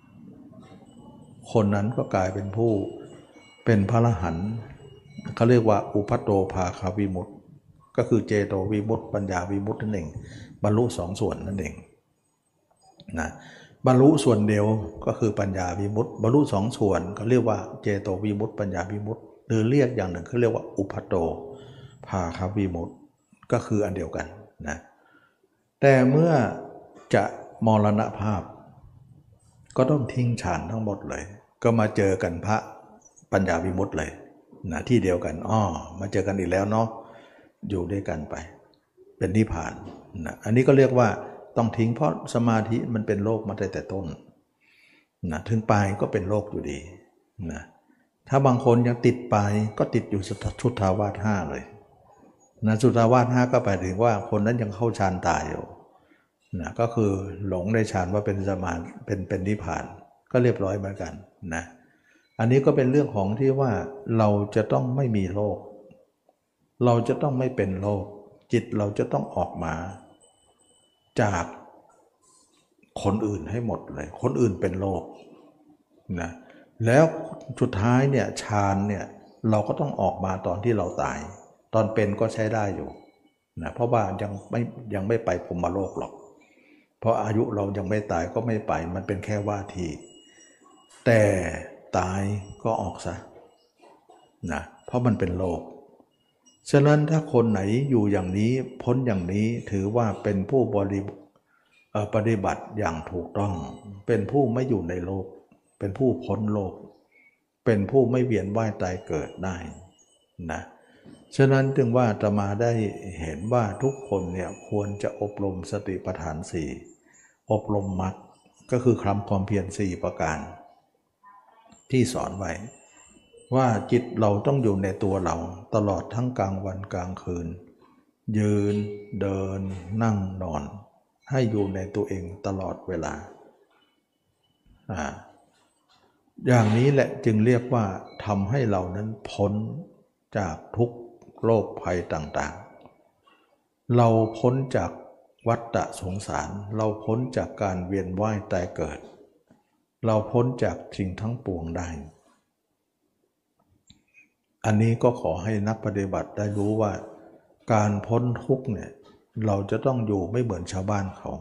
คนนั้นก็กลายเป็นผู้เป็นพระอรหันต์เขาเรียกว่าอุปัตโตภาคาวิมุตติก็คือเจโตวิมุตติปัญญาวิมุตตินั่นเองบรรลุสองส่วนนั่นเองนะบรรลุส่วนเดียวก็คือปัญญาวิมุตติบรรลุสองส่วนเขาเรียกว่าเจโตวิมุตติปัญญาวิมุตติหรือเรียกอย่างหนึ่งเขาเรียกว่าอุปัตโตภาคาวิมุตติก็คืออันเดียวกันนะแต่เมื่อจะมรณภาพก็ต้องทิ้งฌานทั้งหมดเลยก็มาเจอกันพระปัญญาวิมุตติเลยนะที่เดียวกันอ้อมาเจอกันอีกแล้วเนาะอยู่ด้วยกันไปเป็นนิพพานนะอันนี้ก็เรียกว่าต้องทิ้งเพราะสมาธิมันเป็นโลกมาแต่แต่ต้นนะถึงปลายก็เป็นโลกอยู่ดีนะถ้าบางคนยังติดปลายก็ติดอยู่สุทธาวาสห้าเลยนะสุทธาวาสห้าก็ไปถึงว่าคนนั้นยังเข้าฌานตายอยู่นะก็คือหลงในฌานว่าเป็นสมาเป็นเป็นนิพพานก็เรียบร้อยเหมือนกันนะอันนี้ก็เป็นเรื่องของที่ว่าเราจะต้องไม่มีโรคเราจะต้องไม่เป็นโรคจิตเราจะต้องออกมาจากคนอื่นให้หมดเลยคนอื่นเป็นโรคนะแล้วสุดท้ายเนี่ยฌานเนี่ยเราก็ต้องออกมาตอนที่เราตายตอนเป็นก็ใช้ได้อยู่นะเพราะว่ายังไม่ยังไม่ไปพรหมโลกหรอกเพราะอายุเรายังไม่ตายก็ไม่ไปมันเป็นแค่ว่าทีแต่ตายก็ออกซะนะเพราะมันเป็นโลกฉะนั้นถ้าคนไหนอยู่อย่างนี้พ้นอย่างนี้ถือว่าเป็นผู้บริปฏิบัติอย่างถูกต้องเป็นผู้ไม่อยู่ในโลกเป็นผู้พ้นโลกเป็นผู้ไม่เวียนว่ายตายเกิดได้นะฉะนั้นจึงว่าอาตมาได้เห็นว่าทุกคนเนี่ยควรจะอบรมสติปัฏฐานสี่อบรมมรรคก็คือคำความเพียรสี่ประการที่สอนไว้ว่าจิตเราต้องอยู่ในตัวเราตลอดทั้งกลางวันกลางคืนยืนเดินนั่งนอนให้อยู่ในตัวเองตลอดเวลาอ่าอย่างนี้แหละจึงเรียกว่าทำให้เรานั้นพ้นจากทุกโรคภัยต่างๆเราพ้นจากวัฏฏะสงสารเราพ้นจากการเวียนว่ายตายเกิดเราพ้นจากสิ่งทั้งปวงได้อันนี้ก็ขอให้นักปฏิบัติได้รู้ว่าการพ้นทุกข์เนี่ยเราจะต้องอยู่ไม่เหมือนชาวบ้านเขา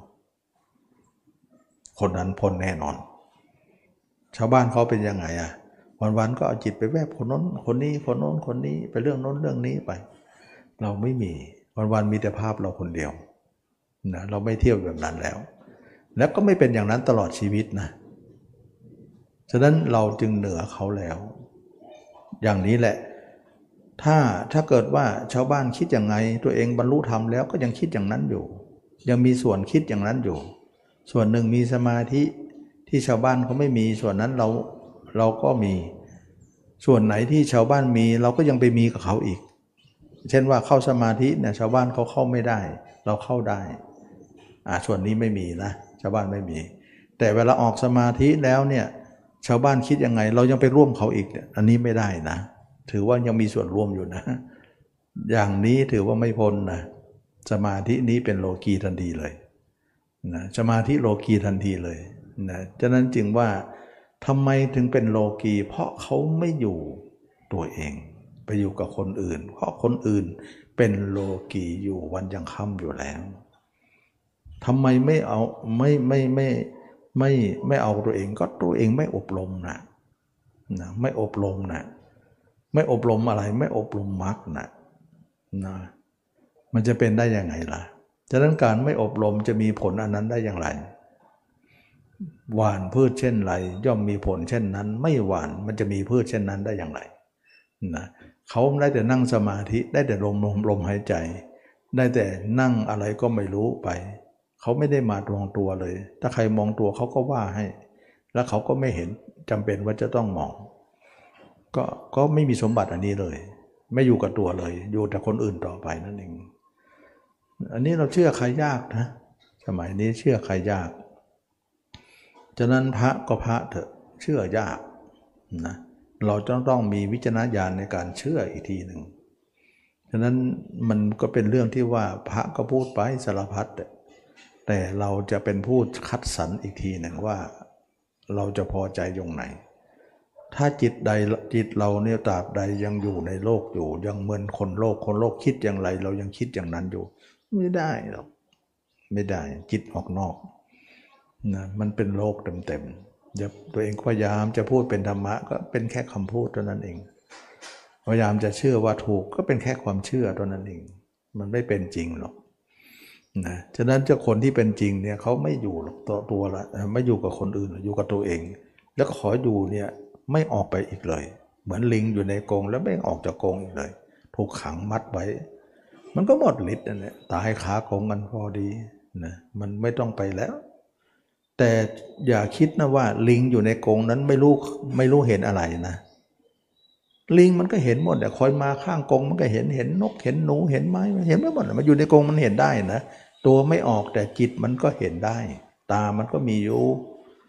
คนนั้นพ้นแน่นอนชาวบ้านเขาเป็นยังไงอะวันๆก็เอาจิตไปแวบคนน้นคนนี้คนโน้นคนนี้ไปเรื่องโน้นเรื่องนี้ไปเราไม่มีวันๆมีแต่ภาพเราคนเดียวนะเราไม่เที่ยวแบบนั้นแล้วแล้วก็ไม่เป็นอย่างนั้นตลอดชีวิตนะฉะนั้นเราจึงเหนือเขาแล้วอย่างนี้แหละถ้าถ้าเกิดว่าชาวบ้านคิดอย่างไงตัวเองบรรลุธรรมแล้วก็ยังคิดอย่างนั้นอยู่ยังมีส่วนคิดอย่างนั้นอยู่ส่วนหนึ่งมีสมาธิที่ชาวบ้านเขาไม่มีส่วนนั้นเราเราก็มีส่วนไหนที่ชาวบ้านมีเราก็ยังไปมีกับเขาอีกเช่นว่าเข้าสมาธิเนี่ยชาวบ้านเขาเข้าไม่ได้เราเข้าได้อ่าส่วนนี้ไม่มีนะชาวบ้านไม่มีแต่เวลาออกสมาธิแล้วเนี่ยชาวบ้านคิดยังไงเรายังไปร่วมเขาอีกอันนี้ไม่ได้นะถือว่ายังมีส่วนร่วมอยู่นะอย่างนี้ถือว่าไม่พ้นนะสมาธินี้เป็นโลกีทันทีเลยนะสมาธิโลกีทันทีเลยนะฉะนั้นจึงว่าทำไมถึงเป็นโลกีเพราะเขาไม่อยู่ตัวเองไปอยู่กับคนอื่นเพราะคนอื่นเป็นโลกีอยู่วันยังค่ำอยู่แล้วทำไมไม่เอาไม่ไม่ไม่ไม่ไม่เอาตัวเองก็ตัวเองไม่อบรมนะนะไม่อบรมนะไม่อบรมอะไรไม่อบรมมรรคนะนะมันจะเป็นได้ยังไงล่ะฉะนั้นการไม่อบรมจะมีผลอันนั้นได้อย่างไรหว่านพืชเช่นไรย่อมมีผลเช่นนั้นไม่หว่านมันจะมีพืชเช่นนั้นได้อย่างไรนะเขาได้แต่นั่งสมาธิได้แต่ลมลมลมหายใจได้แต่นั่งอะไรก็ไม่รู้ไปเขาไม่ได้มาตรงตัวเลยถ้าใครมองตัวเขาก็ว่าให้แล้วเขาก็ไม่เห็นจำเป็นว่าจะต้องมองก็ก็ไม่มีสมบัติอันนี้เลยไม่อยู่กับตัวเลยอยู่แต่คนอื่นต่อไปนั่นเองอันนี้เราเชื่อใครยากนะสมัยนี้เชื่อใครยากฉะนั้นพระก็พระเถอะเชื่อยากนะเราต้องต้องมีวิจารณญาณในการเชื่ออีกทีหนึ่งฉะนั้นมันก็เป็นเรื่องที่ว่าพระก็พูดไปสารพัดแต่เราจะเป็นผู้คัดสรรอีกทีหนึ่งว่าเราจะพอใจตรงไหนถ้าจิตใดจิตเราเนี่ยตราบใดยังอยู่ในโลกอยู่ยังเหมือนคนโลกคนโลกคิดอย่างไรเรายังคิดอย่างนั้นอยู่ไม่ได้หรอกไม่ได้จิตออกนอกนะมันเป็นโลกเต็มๆอย่าตัวเองพยายามจะพูดเป็นธรรมะก็เป็นแค่คำพูดเท่านั้นเองพยายามจะเชื่อว่าถูกก็เป็นแค่ความเชื่อเท่านั้นเองมันไม่เป็นจริงหรอกนะฉะนั้นเจ้าคนที่เป็นจริงเนี่ยเขาไม่อยู่หรอกตัวตัวละไม่อยู่กับคนอื่นอยู่กับตัวเองแล้วก็ขออยู่เนี่ยไม่ออกไปอีกเลยเหมือนลิงอยู่ในกรงแล้วไม่ออกจากกรงอีกเลยถูกขังมัดไว้มันก็หมดฤทธิ์นั่นแหละตายขากรงกันพอดีนะมันไม่ต้องไปแล้วแต่อย่าคิดนะว่าลิงอยู่ในกรงนั้นไม่รู้ไม่รู้เห็นอะไรนะลิงมันก็เห็นหมดแต่คอยมาข้างกรงมันก็เห็นเห็นนกเห็นหนูเห็นไม้เห็นไม่หมดมันอยู่ในกรงมันเห็นได้นะตัวไม่ออกแต่จิตมันก็เห็นได้ตามันก็มีอยู่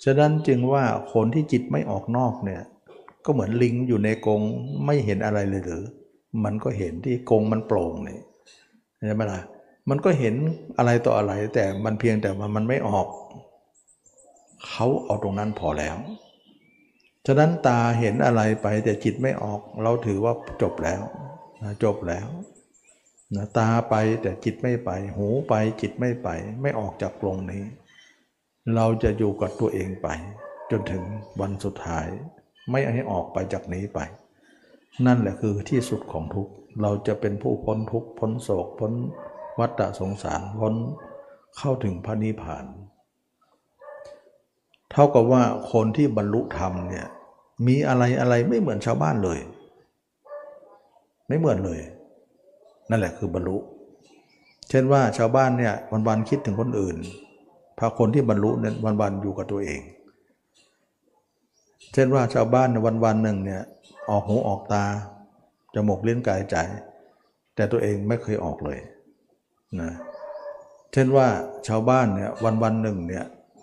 ฉะนั้นจึงว่าคนที่จิตไม่ออกนอกเนี่ยก็เหมือนลิงอยู่ในกรงไม่เห็นอะไรเลยหรือมันก็เห็นที่กรงมันโปร่งนี่ใช่ไหมล่ะมันก็เห็นอะไรต่ออะไรแต่มันเพียงแต่ว่ามันไม่ออกเขาเอาตรงนั้นพอแล้วฉะนั้นตาเห็นอะไรไปแต่จิตไม่ออกเราถือว่าจบแล้วนะจบแล้วนะตาไปแต่จิตไม่ไปหูไปจิตไม่ไปไม่ออกจากกรงนี้เราจะอยู่กับตัวเองไปจนถึงวันสุดท้ายไม่ให้ออกไปจากนี้ไปนั่นแหละคือที่สุดของทุกข์เราจะเป็นผู้พ้นทุกข์พ้นโศกพ้นวัฏสงสารพ้นเข้าถึงพระนิพพานเท่ากับว่าคนที่บรรลุธรรมเนี่ยมีอะไรอะไรไม่เหมือนชาวบ้านเลยไม่เหมือนเลยนั่นแหละคือบรรลุเช่นว่าชาวบ้านเนี่ยวันๆคิดถึงคนอื่นพอคนที่บรรลุเนี่ยวันๆอยู่กับตัวเองเช่นว่าชาวบ้านในวันๆหนึ่งเนี่ยออกหูออกตาจมูกลิ้นกายใจแต่ตัวเองไม่เคยออกเลยนะเช่นว่าชาวบ้านเนี่ยวันๆหนึ่งเนี่ย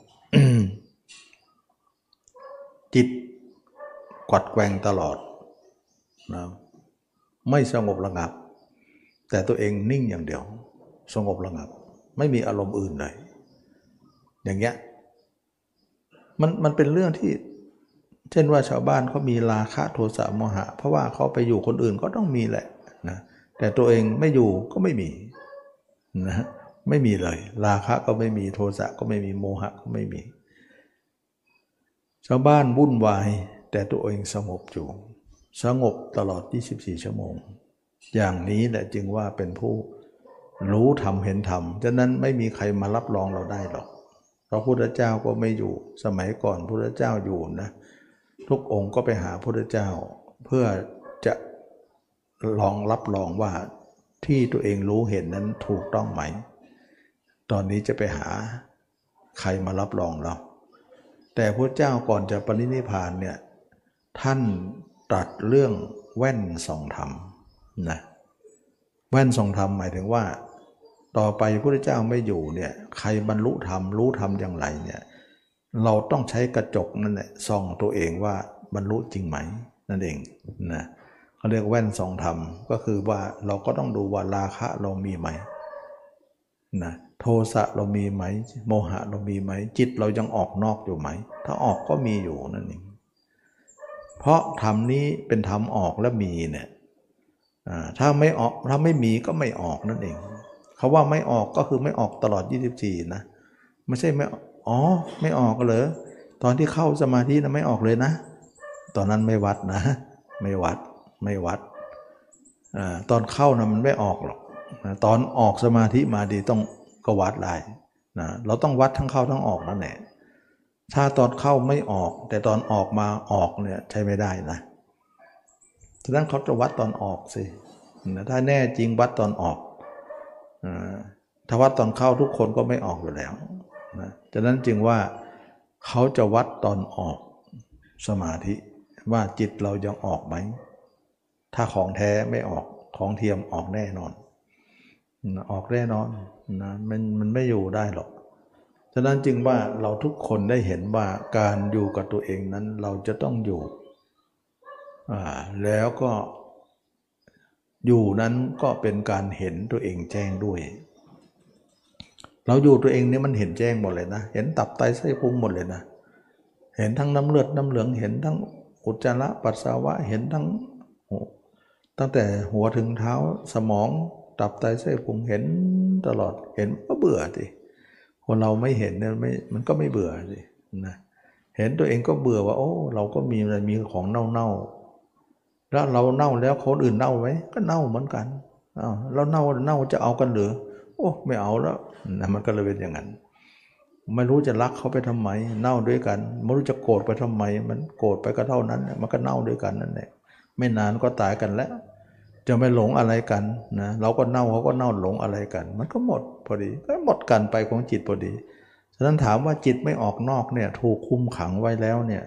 จิตกวัดแกว่งตลอดนะไม่สงบระงับแต่ตัวเองนิ่งอย่างเดียวสงบระงับไม่มีอารมณ์อื่นเลยอย่างเงี้ยมันมันเป็นเรื่องที่เช่นว่าชาวบ้านเขามีราคะโทสะโมหะเพราะว่าเขาไปอยู่คนอื่นก็ต้องมีแหละนะแต่ตัวเองไม่อยู่ก็ไม่มีนะไม่มีเลยราคะก็ไม่มีโทสะก็ไม่มีโมหะก็ไม่มีชาวบ้านวุ่นวายแต่ตัวเองสงบอยู่สงบตลอดยี่สิบสี่ชั่วโมงอย่างนี้แหละจึงว่าเป็นผู้รู้ธรรมเห็นธรรมฉะนั้นไม่มีใครมารับรองเราได้หรอกเพราะพุทธเจ้าก็ไม่อยู่สมัยก่อนพุทธเจ้าอยู่นะทุกองค์ก็ไปหาพุทธเจ้าเพื่อจะลองรับรองว่าที่ตัวเองรู้เห็นนั้นถูกต้องไหมตอนนี้จะไปหาใครมารับรองเราแต่พระเจ้าก่อนจะปรินิพพานเนี่ยท่านตรัสเรื่องแว่นส่องธรรมนะแว่นส่องธรรมหมายถึงว่าต่อไปพระพุทธเจ้าไม่อยู่เนี่ยใครบรรลุธรรมรู้ธรรมอย่างไรเนี่ยเราต้องใช้กระจกนั่นแหละส่องตัวเองว่าบรรลุจริงไหมนั่นเองนะเขาเรียกแว่นส่องธรรมก็คือว่าเราก็ต้องดูว่าราคะเรามีไหมนะโทสะเรามีไหมโมหะเรามีไหมจิตเรายังออกนอกอยู่ไหมถ้าออกก็มีอยู่นั่นเองเพราะธรรมนี้เป็นธรรมออกและมีเนี่ยถ้าไม่ออกถ้าไม่มีก็ไม่ออกนั่นเองเขาว่าไม่ออกก็คือไม่ออกตลอดยี่สิบสี่นะไม่ใช่ไม่อ๋อไม่ออกเหรอตอนที่เข้าสมาธินะไม่ออกเลยนะตอนนั้นไม่วัดนะไม่วัดไม่วัดอ่าตอนเข้านะมันไม่ออกหรอกตอนออกสมาธิมาดีต้องก็วัดได้นะเราต้องวัดทั้งเข้าทั้งออกนั่นแหละถ้าตอนเข้าไม่ออกแต่ตอนออกมาออกเนี่ยใช้ไม่ได้นะฉะนั้นเขาจะวัดตอนออกสิถ้าแน่จริงวัดตอนออกถ้าวัดตอนเข้าทุกคนก็ไม่ออกอยู่แล้วนะฉะนั้นจึงว่าเขาจะวัดตอนออกสมาธิว่าจิตเรายังออกไหมถ้าของแท้ไม่ออกของเทียมออกแน่นอนออกแน่นอนนะมันมันไม่อยู่ได้หรอกฉะนั้นจึงว่าเราทุกคนได้เห็นว่าการอยู่กับตัวเองนั้นเราจะต้องอยู่อ่าแล้วก็อยู่นั้นก็เป็นการเห็นตัวเองแจ้งด้วยเราอยู่ตัวเองเนี่ยมันเห็นแจ้งหมดเลยนะเห็นตับไตไส้พุงหมดเลยนะเห็นทั้งน้ำเลือดน้ำเหลืองเห็นทั้งอุจจาระปัสสาวะเห็นทั้งตั้งแต่หัวถึงเท้าสมองตับไตไส้พุงเห็นตลอดเห็นก็เบื่อสิคนเราไม่เห็นเนี่ยไม่มันก็ไม่เบื่อสินะเห็นตัวเองก็เบื่อว่าโอ้เราก็มีอะไรมีของเน่าๆแล้วเราเน่าแล้วคนอื่นเน่าไหมก็เน่าเหมือนกันอ้าวเราเน่าเน่าจะเอากันหรือโอ้ไม่เอาแล้วนะมันก็เลยเป็นอย่างนั้นไม่รู้จะรักเขาไปทำไมเน่าด้วยกันไม่รู้จะโกรธไปทำไมมันโกรธไปก็เท่านั้นมันก็เน่าด้วยกันนั่นแหละไม่นานก็ตายกันแล้วจะไม่หลงอะไรกันนะเราก็เน่าเขาก็เน่าหลงอะไรกันมันก็หมดพอดีก็หมดกันไปของจิตพอดีฉะนั้นถามว่าจิตไม่ออกนอกเนี่ยถูกคุมขังไว้แล้วเนี่ย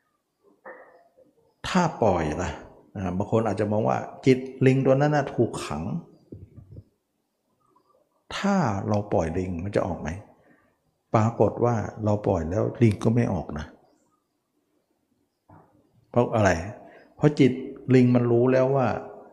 ถ้าปล่อยล่ะบางคนอาจจะมองว่าจิตลิงตัวนั้นนะถูกขังถ้าเราปล่อยลิงมันจะออกไหมปรากฏว่าเราปล่อยแล้วลิงก็ไม่ออกนะเพราะอะไรเพราะจิตลิงมันรู้แล้วว่า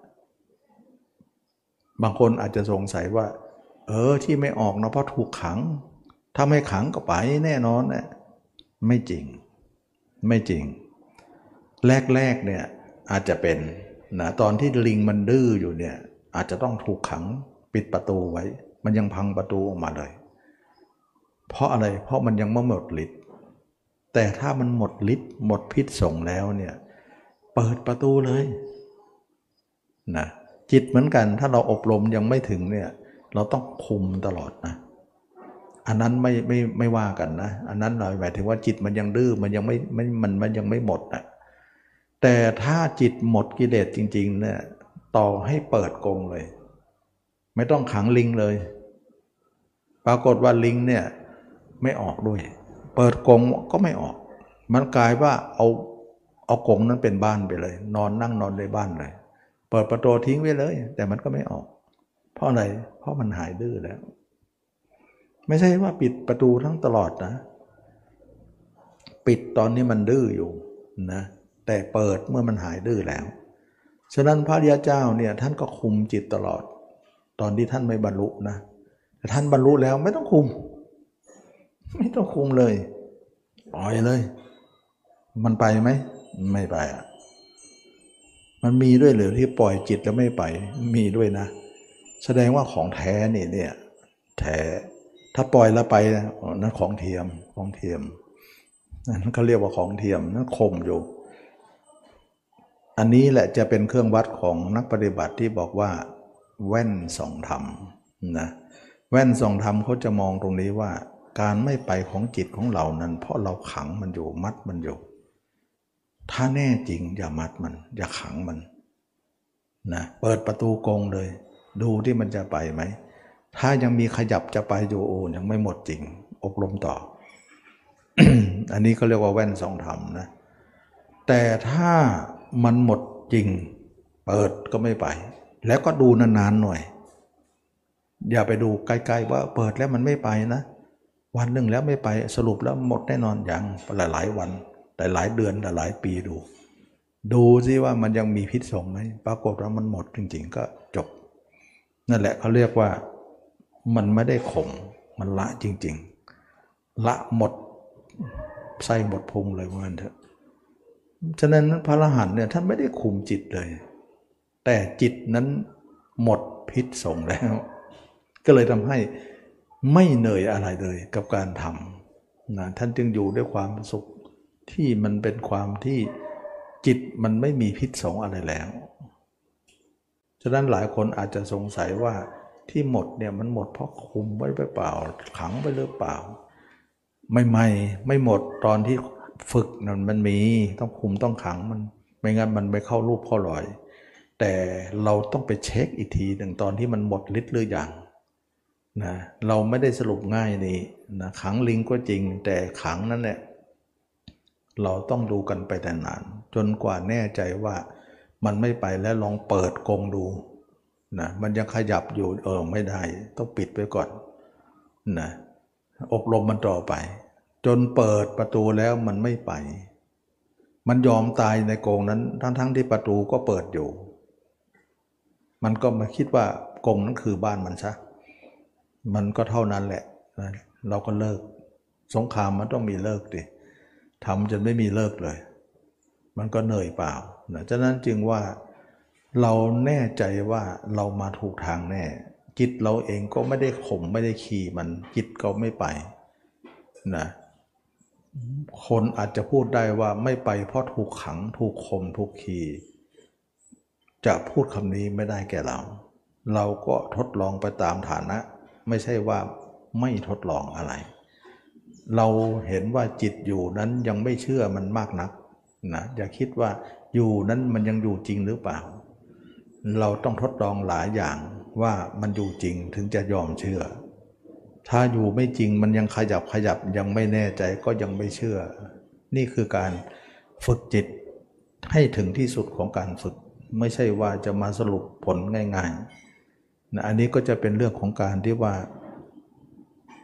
บางคนอาจจะสงสัยว่าเออที่ไม่ออกนะเพราะถูกขังถ้าไม่ขังก็ไปแน่นอนนะไม่จริงไม่จริงแรกๆเนี่ยอาจจะเป็นนะตอนที่ลิงมันดื้ออยู่เนี่ยอาจจะต้องถูกขังปิดประตูไว้มันยังพังประตูออกมาเลยเพราะอะไรเพราะมันยังไม่หมดฤทธิ์แต่ถ้ามันหมดฤทธิ์หมดพิษสงแล้วเนี่ยเปิดประตูเลยนะจิตเหมือนกันถ้าเราอบรมยังไม่ถึงเนี่ยเราต้องคุมตลอดนะอันนั้นไม่ไม่ไม่ว่ากันนะอันนั้นหมายถึงว่าจิตมันยังดื้อมันยังไม่ไม่มันมันยังไม่หมดนะแต่ถ้าจิตหมดกิเลสจริงๆเนี่ยต่อให้เปิดกรงเลยไม่ต้องขังลิงเลยปรากฏว่าลิงเนี่ยไม่ออกด้วยเปิดกรงก็ไม่ออกมันกลายว่าเอาเอากรงนั้นเป็นบ้านไปเลยนอนนั่งนอนในบ้านเลยเปิดประตูทิ้งไว้เลยแต่มันก็ไม่ออกเพราะอะไรเพราะมันหายดื้อแล้วไม่ใช่ว่าปิดประตูทั้งตลอดนะปิดตอนนี้มันดื้ออยู่นะแต่เปิดเมื่อมันหายดื้อแล้วฉะนั้นพระริยเจ้าเนี่ยท่านก็คุมจิตตลอดตอนที่ท่านไม่บรรลุนะแต่ท่านบรรลุแล้วไม่ต้องคุมไม่ต้องคุมเลยปล่อยเลยมันไปไหมไม่ไปอ่ะมันมีด้วยหรือที่ปล่อยจิตแล้วไม่ไปมีด้วยนะแสดงว่าของแท้นี่เนี่ยแท้ถ้าปล่อยแล้วไปนั่นของเทียมของเทียมนั่นเขาเรียกว่าของเทียมนั่นข่มอยู่อันนี้แหละจะเป็นเครื่องวัดของนักปฏิบัติที่บอกว่าแว่นส่องธรรมนะแว่นส่องธรรมเขาจะมองตรงนี้ว่าการไม่ไปของจิตของเรานั้นเพราะเราขังมันอยู่มัดมันอยู่ถ้าแน่จริงอย่ามัดมันอย่าขังมันนะเปิดประตูกรงเลยดูที่มันจะไปไหมถ้ายังมีขยับจะไปอยู่โอ้ยังไม่หมดจริงอบรมต่อ อันนี้เขาเรียกว่าแว่นส่องธรรมนะแต่ถ้ามันหมดจริงเปิดก็ไม่ไปแล้วก็ดูนานๆหน่อยอย่าไปดูใกล้ๆว่าเปิดแล้วมันไม่ไปนะวันหนึ่งแล้วไม่ไปสรุปแล้วหมดแน่นอนอย่างหลายๆวันหลายๆเดือนหลายๆปีดูดูซิว่ามันยังมีพิษสงไหมปรากฏว่ามันหมดจริงๆก็จบนั่นแหละเขาเรียกว่ามันไม่ได้ข่มมันละจริงๆละหมดไส้หมดพุงเลยว่างั้นเถอะฉะนั้นพระอรหันต์เนี่ยท่านไม่ได้คุมจิตเลยแต่จิตนั้นหมดพิษสงแล้วก็เลยทำให้ไม่เหนื่อยอะไรเลยกับการทำนะท่านจึงอยู่ด้วยความสุขที่มันเป็นความที่จิตมันไม่มีพิษสงอะไรแล้วฉะนั้นหลายคนอาจจะสงสัยว่าที่หมดเนี่ยมันหมดเพราะคุมไว้เปล่าขังไว้หรือเปล่าไม่ไม่ไม่หมดตอนที่ฝึกนั่นมันมีต้องคุมต้องขังมันไม่งั้นมันไม่เข้ารูปเข้ารอยแต่เราต้องไปเช็คอีกทีหนึ่งตอนที่มันหมดฤทธิ์หรือยังนะเราไม่ได้สรุปง่ายนี่นะขังลิงก็จริงแต่ขังนั่นแหละเราต้องดูกันไปแต่นานจนกว่าแน่ใจว่ามันไม่ไปแล้วลองเปิดกรงดูนะมันยังขยับอยู่เออไม่ได้ต้องปิดไว้ก่อนนะอบรมมันต่อไปจนเปิดประตูแล้วมันไม่ไปมันยอมตายในกรงนั้นทั้งๆที่ประตูก็เปิดอยู่มันก็มาคิดว่ากรงนั้นคือบ้านมันซะมันก็เท่านั้นแหละนะเราก็เลิกสงครามมันต้องมีเลิกดิทำจนไม่มีเลิกเลยมันก็เหนื่อยเปล่านะฉะนั้นจึงว่าเราแน่ใจว่าเรามาถูกทางแน่จิตเราเองก็ไม่ได้ข่มไม่ได้ขี่มันจิตก็ไม่ไปนะคนอาจจะพูดได้ว่าไม่ไปเพราะถูกขังถูกข่มถูกขี่จะพูดคำนี้ไม่ได้แก่เราเราก็ทดลองไปตามฐานะไม่ใช่ว่าไม่ทดลองอะไรเราเห็นว่าจิตอยู่นั้นยังไม่เชื่อมันมากนักนะอย่าคิดว่าอยู่นั้นมันยังอยู่จริงหรือเปล่าเราต้องทดลองหลายอย่างว่ามันอยู่จริงถึงจะยอมเชื่อถ้าอยู่ไม่จริงมันยังขยับขยับยังไม่แน่ใจก็ยังไม่เชื่อนี่คือการฝึกจิตให้ถึงที่สุดของการฝึกไม่ใช่ว่าจะมาสรุปผลง่ายๆนะอันนี้ก็จะเป็นเรื่องของการที่ว่าค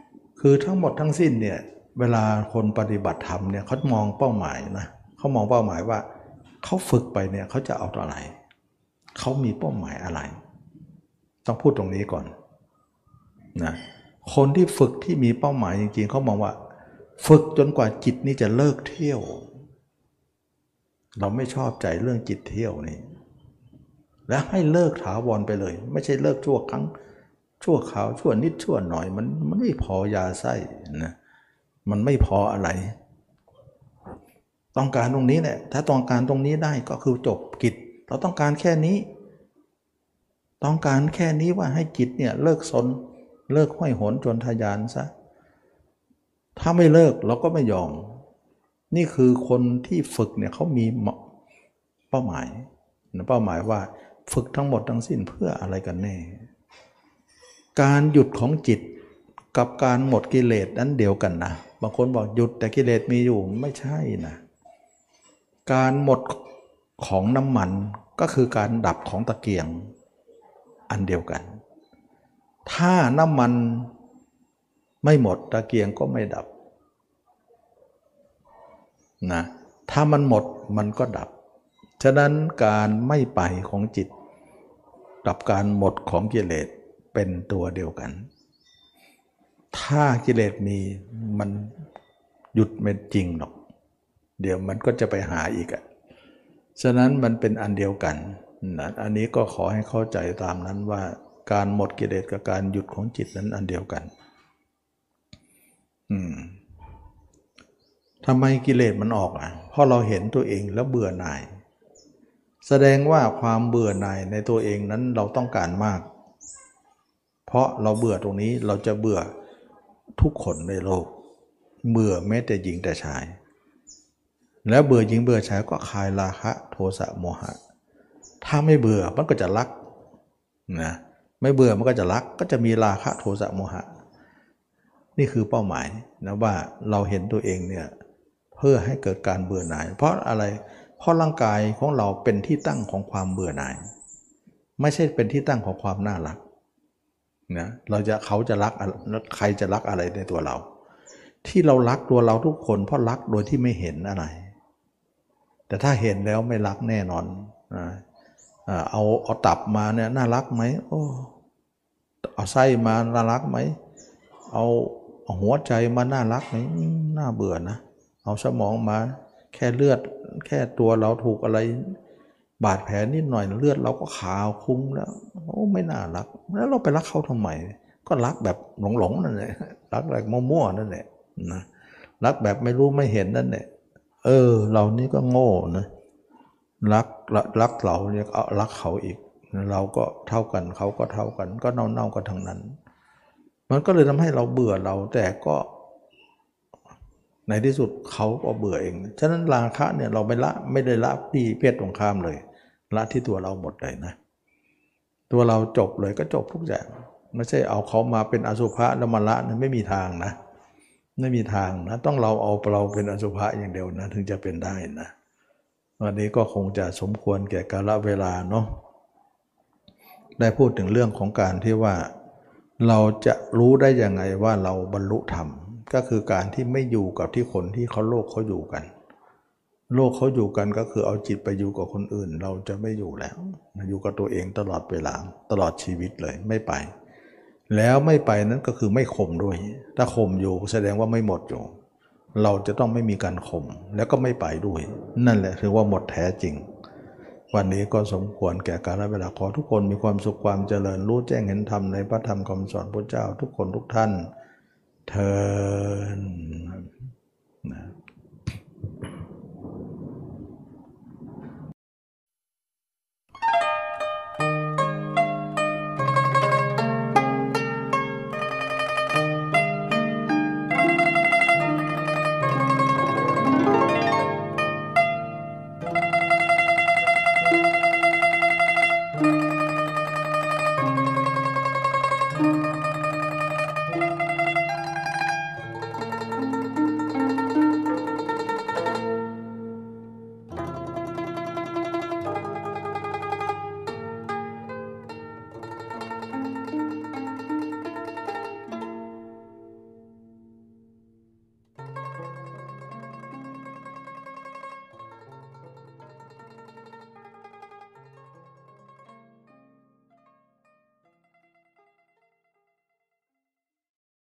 คือทั้งหมดทั้งสิ้นเนี่ยเวลาคนปฏิบัติธรรมเนี่ยเขามองเป้าหมายนะเขามองเป้าหมายว่าเขาฝึกไปเนี่ยเขาจะเอาอะไรเขามีเป้าหมายอะไรต้องพูดตรงนี้ก่อนนะคนที่ฝึกที่มีเป้าหมายจริงๆเขามองว่าฝึกจนกว่าจิตนี่จะเลิกเที่ยวเราไม่ชอบใจเรื่องจิตเที่ยวนี่และให้เลิกถาวรไปเลยไม่ใช่เลิกชั่วครั้งชั่วคราวชั่วนิดชั่วหน่อยมันมันไม่พอยาไส้นะมันไม่พออะไรต้องการตรงนี้แหละถ้าต้องการตรงนี้ได้ก็คือจบกิจเราต้องการแค่นี้ต้องการแค่นี้ว่าให้จิตเนี่ยเลิกซนเลิกห้อยโหนจนทะยานซะถ้าไม่เลิกเราก็ไม่ยอมนี่คือคนที่ฝึกเนี่ยเขามีเป้าหมายเป้าหมายว่าฝึกทั้งหมดทั้งสิ้นเพื่ออะไรกันแน่การหยุดของจิตกับการหมดกิเลสนั้นเดียวกันนะบางคนบอกหยุดแต่กิเลสมีอยู่ไม่ใช่นะการหมดของน้ำมันก็คือการดับของตะเกียงอันเดียวกันถ้าน้ำมันไม่หมดตะเกียงก็ไม่ดับนะถ้ามันหมดมันก็ดับฉะนั้นการไม่ไปของจิตกับการหมดของกิเลสเป็นตัวเดียวกันถ้ากิเลสมีมันหยุดไม่จริงหรอกเดี๋ยวมันก็จะไปหาอีกอ่ะฉะนั้นมันเป็นอันเดียวกันนะอันนี้ก็ขอให้เข้าใจตามนั้นว่าการหมดกิเลสกับการหยุดของจิตนั้นอันเดียวกันอืมทำไมกิเลสมันออกอ่ะเพราะเราเห็นตัวเองแล้วเบื่อหน่ายแสดงว่าความเบื่อหน่ายในตัวเองนั้นเราต้องการมากเพราะเราเบื่อตรงนี้เราจะเบื่อทุกคนในโลกเบื่อแม้แต่หญิงแต่ชายแล้วเบื่อหญิงเบื่อชายก็คลายราคะโทสะโมหะถ้าไม่เบื่อมันก็จะรักนะไม่เบื่อมันก็จะรักก็จะมีราคะโทสะโมหะนี่คือเป้าหมายนะว่าเราเห็นตัวเองเนี่ยเพื่อให้เกิดการเบื่อหน่ายเพราะอะไรเพราะร่างกายของเราเป็นที่ตั้งของความเบื่อหน่ายไม่ใช่เป็นที่ตั้งของความน่ารักนะเราจะเขาจะรักใครจะรักอะไรในตัวเราที่เรารักตัวเราทุกคนเพราะรักโดยที่ไม่เห็นอะไรแต่ถ้าเห็นแล้วไม่รักแน่นอนนะเอาเอาตับมาเนี่ยน่ารักไหมโอ้เอาไส้มาน่ารักไหมเอาหัวใจมาน่ารักไหมน่าเบื่อนะเอาสมองมาแค่เลือดแค่ตัวเราถูกอะไรบาดแผลนิดหน่อยเลือดเราก็ขาวคุ้งแล้วโอ้ไม่น่ารักแล้วเราไปรักเขาทำไมก็รักแบบหลงๆนั่นแหละรักแบบมั่วๆนั่นแหละนะรักแบบไม่รู้ไม่เห็นนั่นแหละเออเรานี่ก็โง่นะรักรักเราเนี่ยเอารักเขาอีกเราก็เท่ากันเขาก็เท่ากันก็เน่าๆกันทั้งนั้นมันก็เลยทำให้เราเบื่อเราแต่ก็ในที่สุดเขาก็เบื่อเองฉะนั้นราคะเนี่ยเราไม่ละไม่ได้ละที่เพศตรงข้ามเลยละที่ตัวเราหมดเลยนะตัวเราจบเลยก็จบทุกอย่างไม่ใช่เอาเขามาเป็นอสุภะแล้วมาละนะไม่มีทางนะไม่มีทางนะต้องเราเอาเราเป็นอสุภะอย่างเดียวนะถึงจะเป็นได้นะวันนี้ก็คงจะสมควรแก่กาลเวลาเนาะได้พูดถึงเรื่องของการที่ว่าเราจะรู้ได้ยังไงว่าเราบรรลุธรรมก็คือการที่ไม่อยู่กับที่คนที่เขาโลกเขาอยู่กันโลกเขาอยู่กันก็คือเอาจิตไปอยู่กับคนอื่นเราจะไม่อยู่แล้วอยู่กับตัวเองตลอดเวลาตลอดชีวิตเลยไม่ไปแล้วไม่ไปนั้นก็คือไม่ข่มด้วยถ้าข่มอยู่แสดงว่าไม่หมดอยู่เราจะต้องไม่มีการข่มแล้วก็ไม่ไปด้วยนั่นแหละถือว่าหมดแท้จริงวันนี้ก็สมควรแก่กาลเวลาขอทุกคนมีความสุขความเจริญรู้แจ้งเห็นธรรมในพระธรรมคำสอนพระเจ้าทุกคนทุกท่านเทอญนะ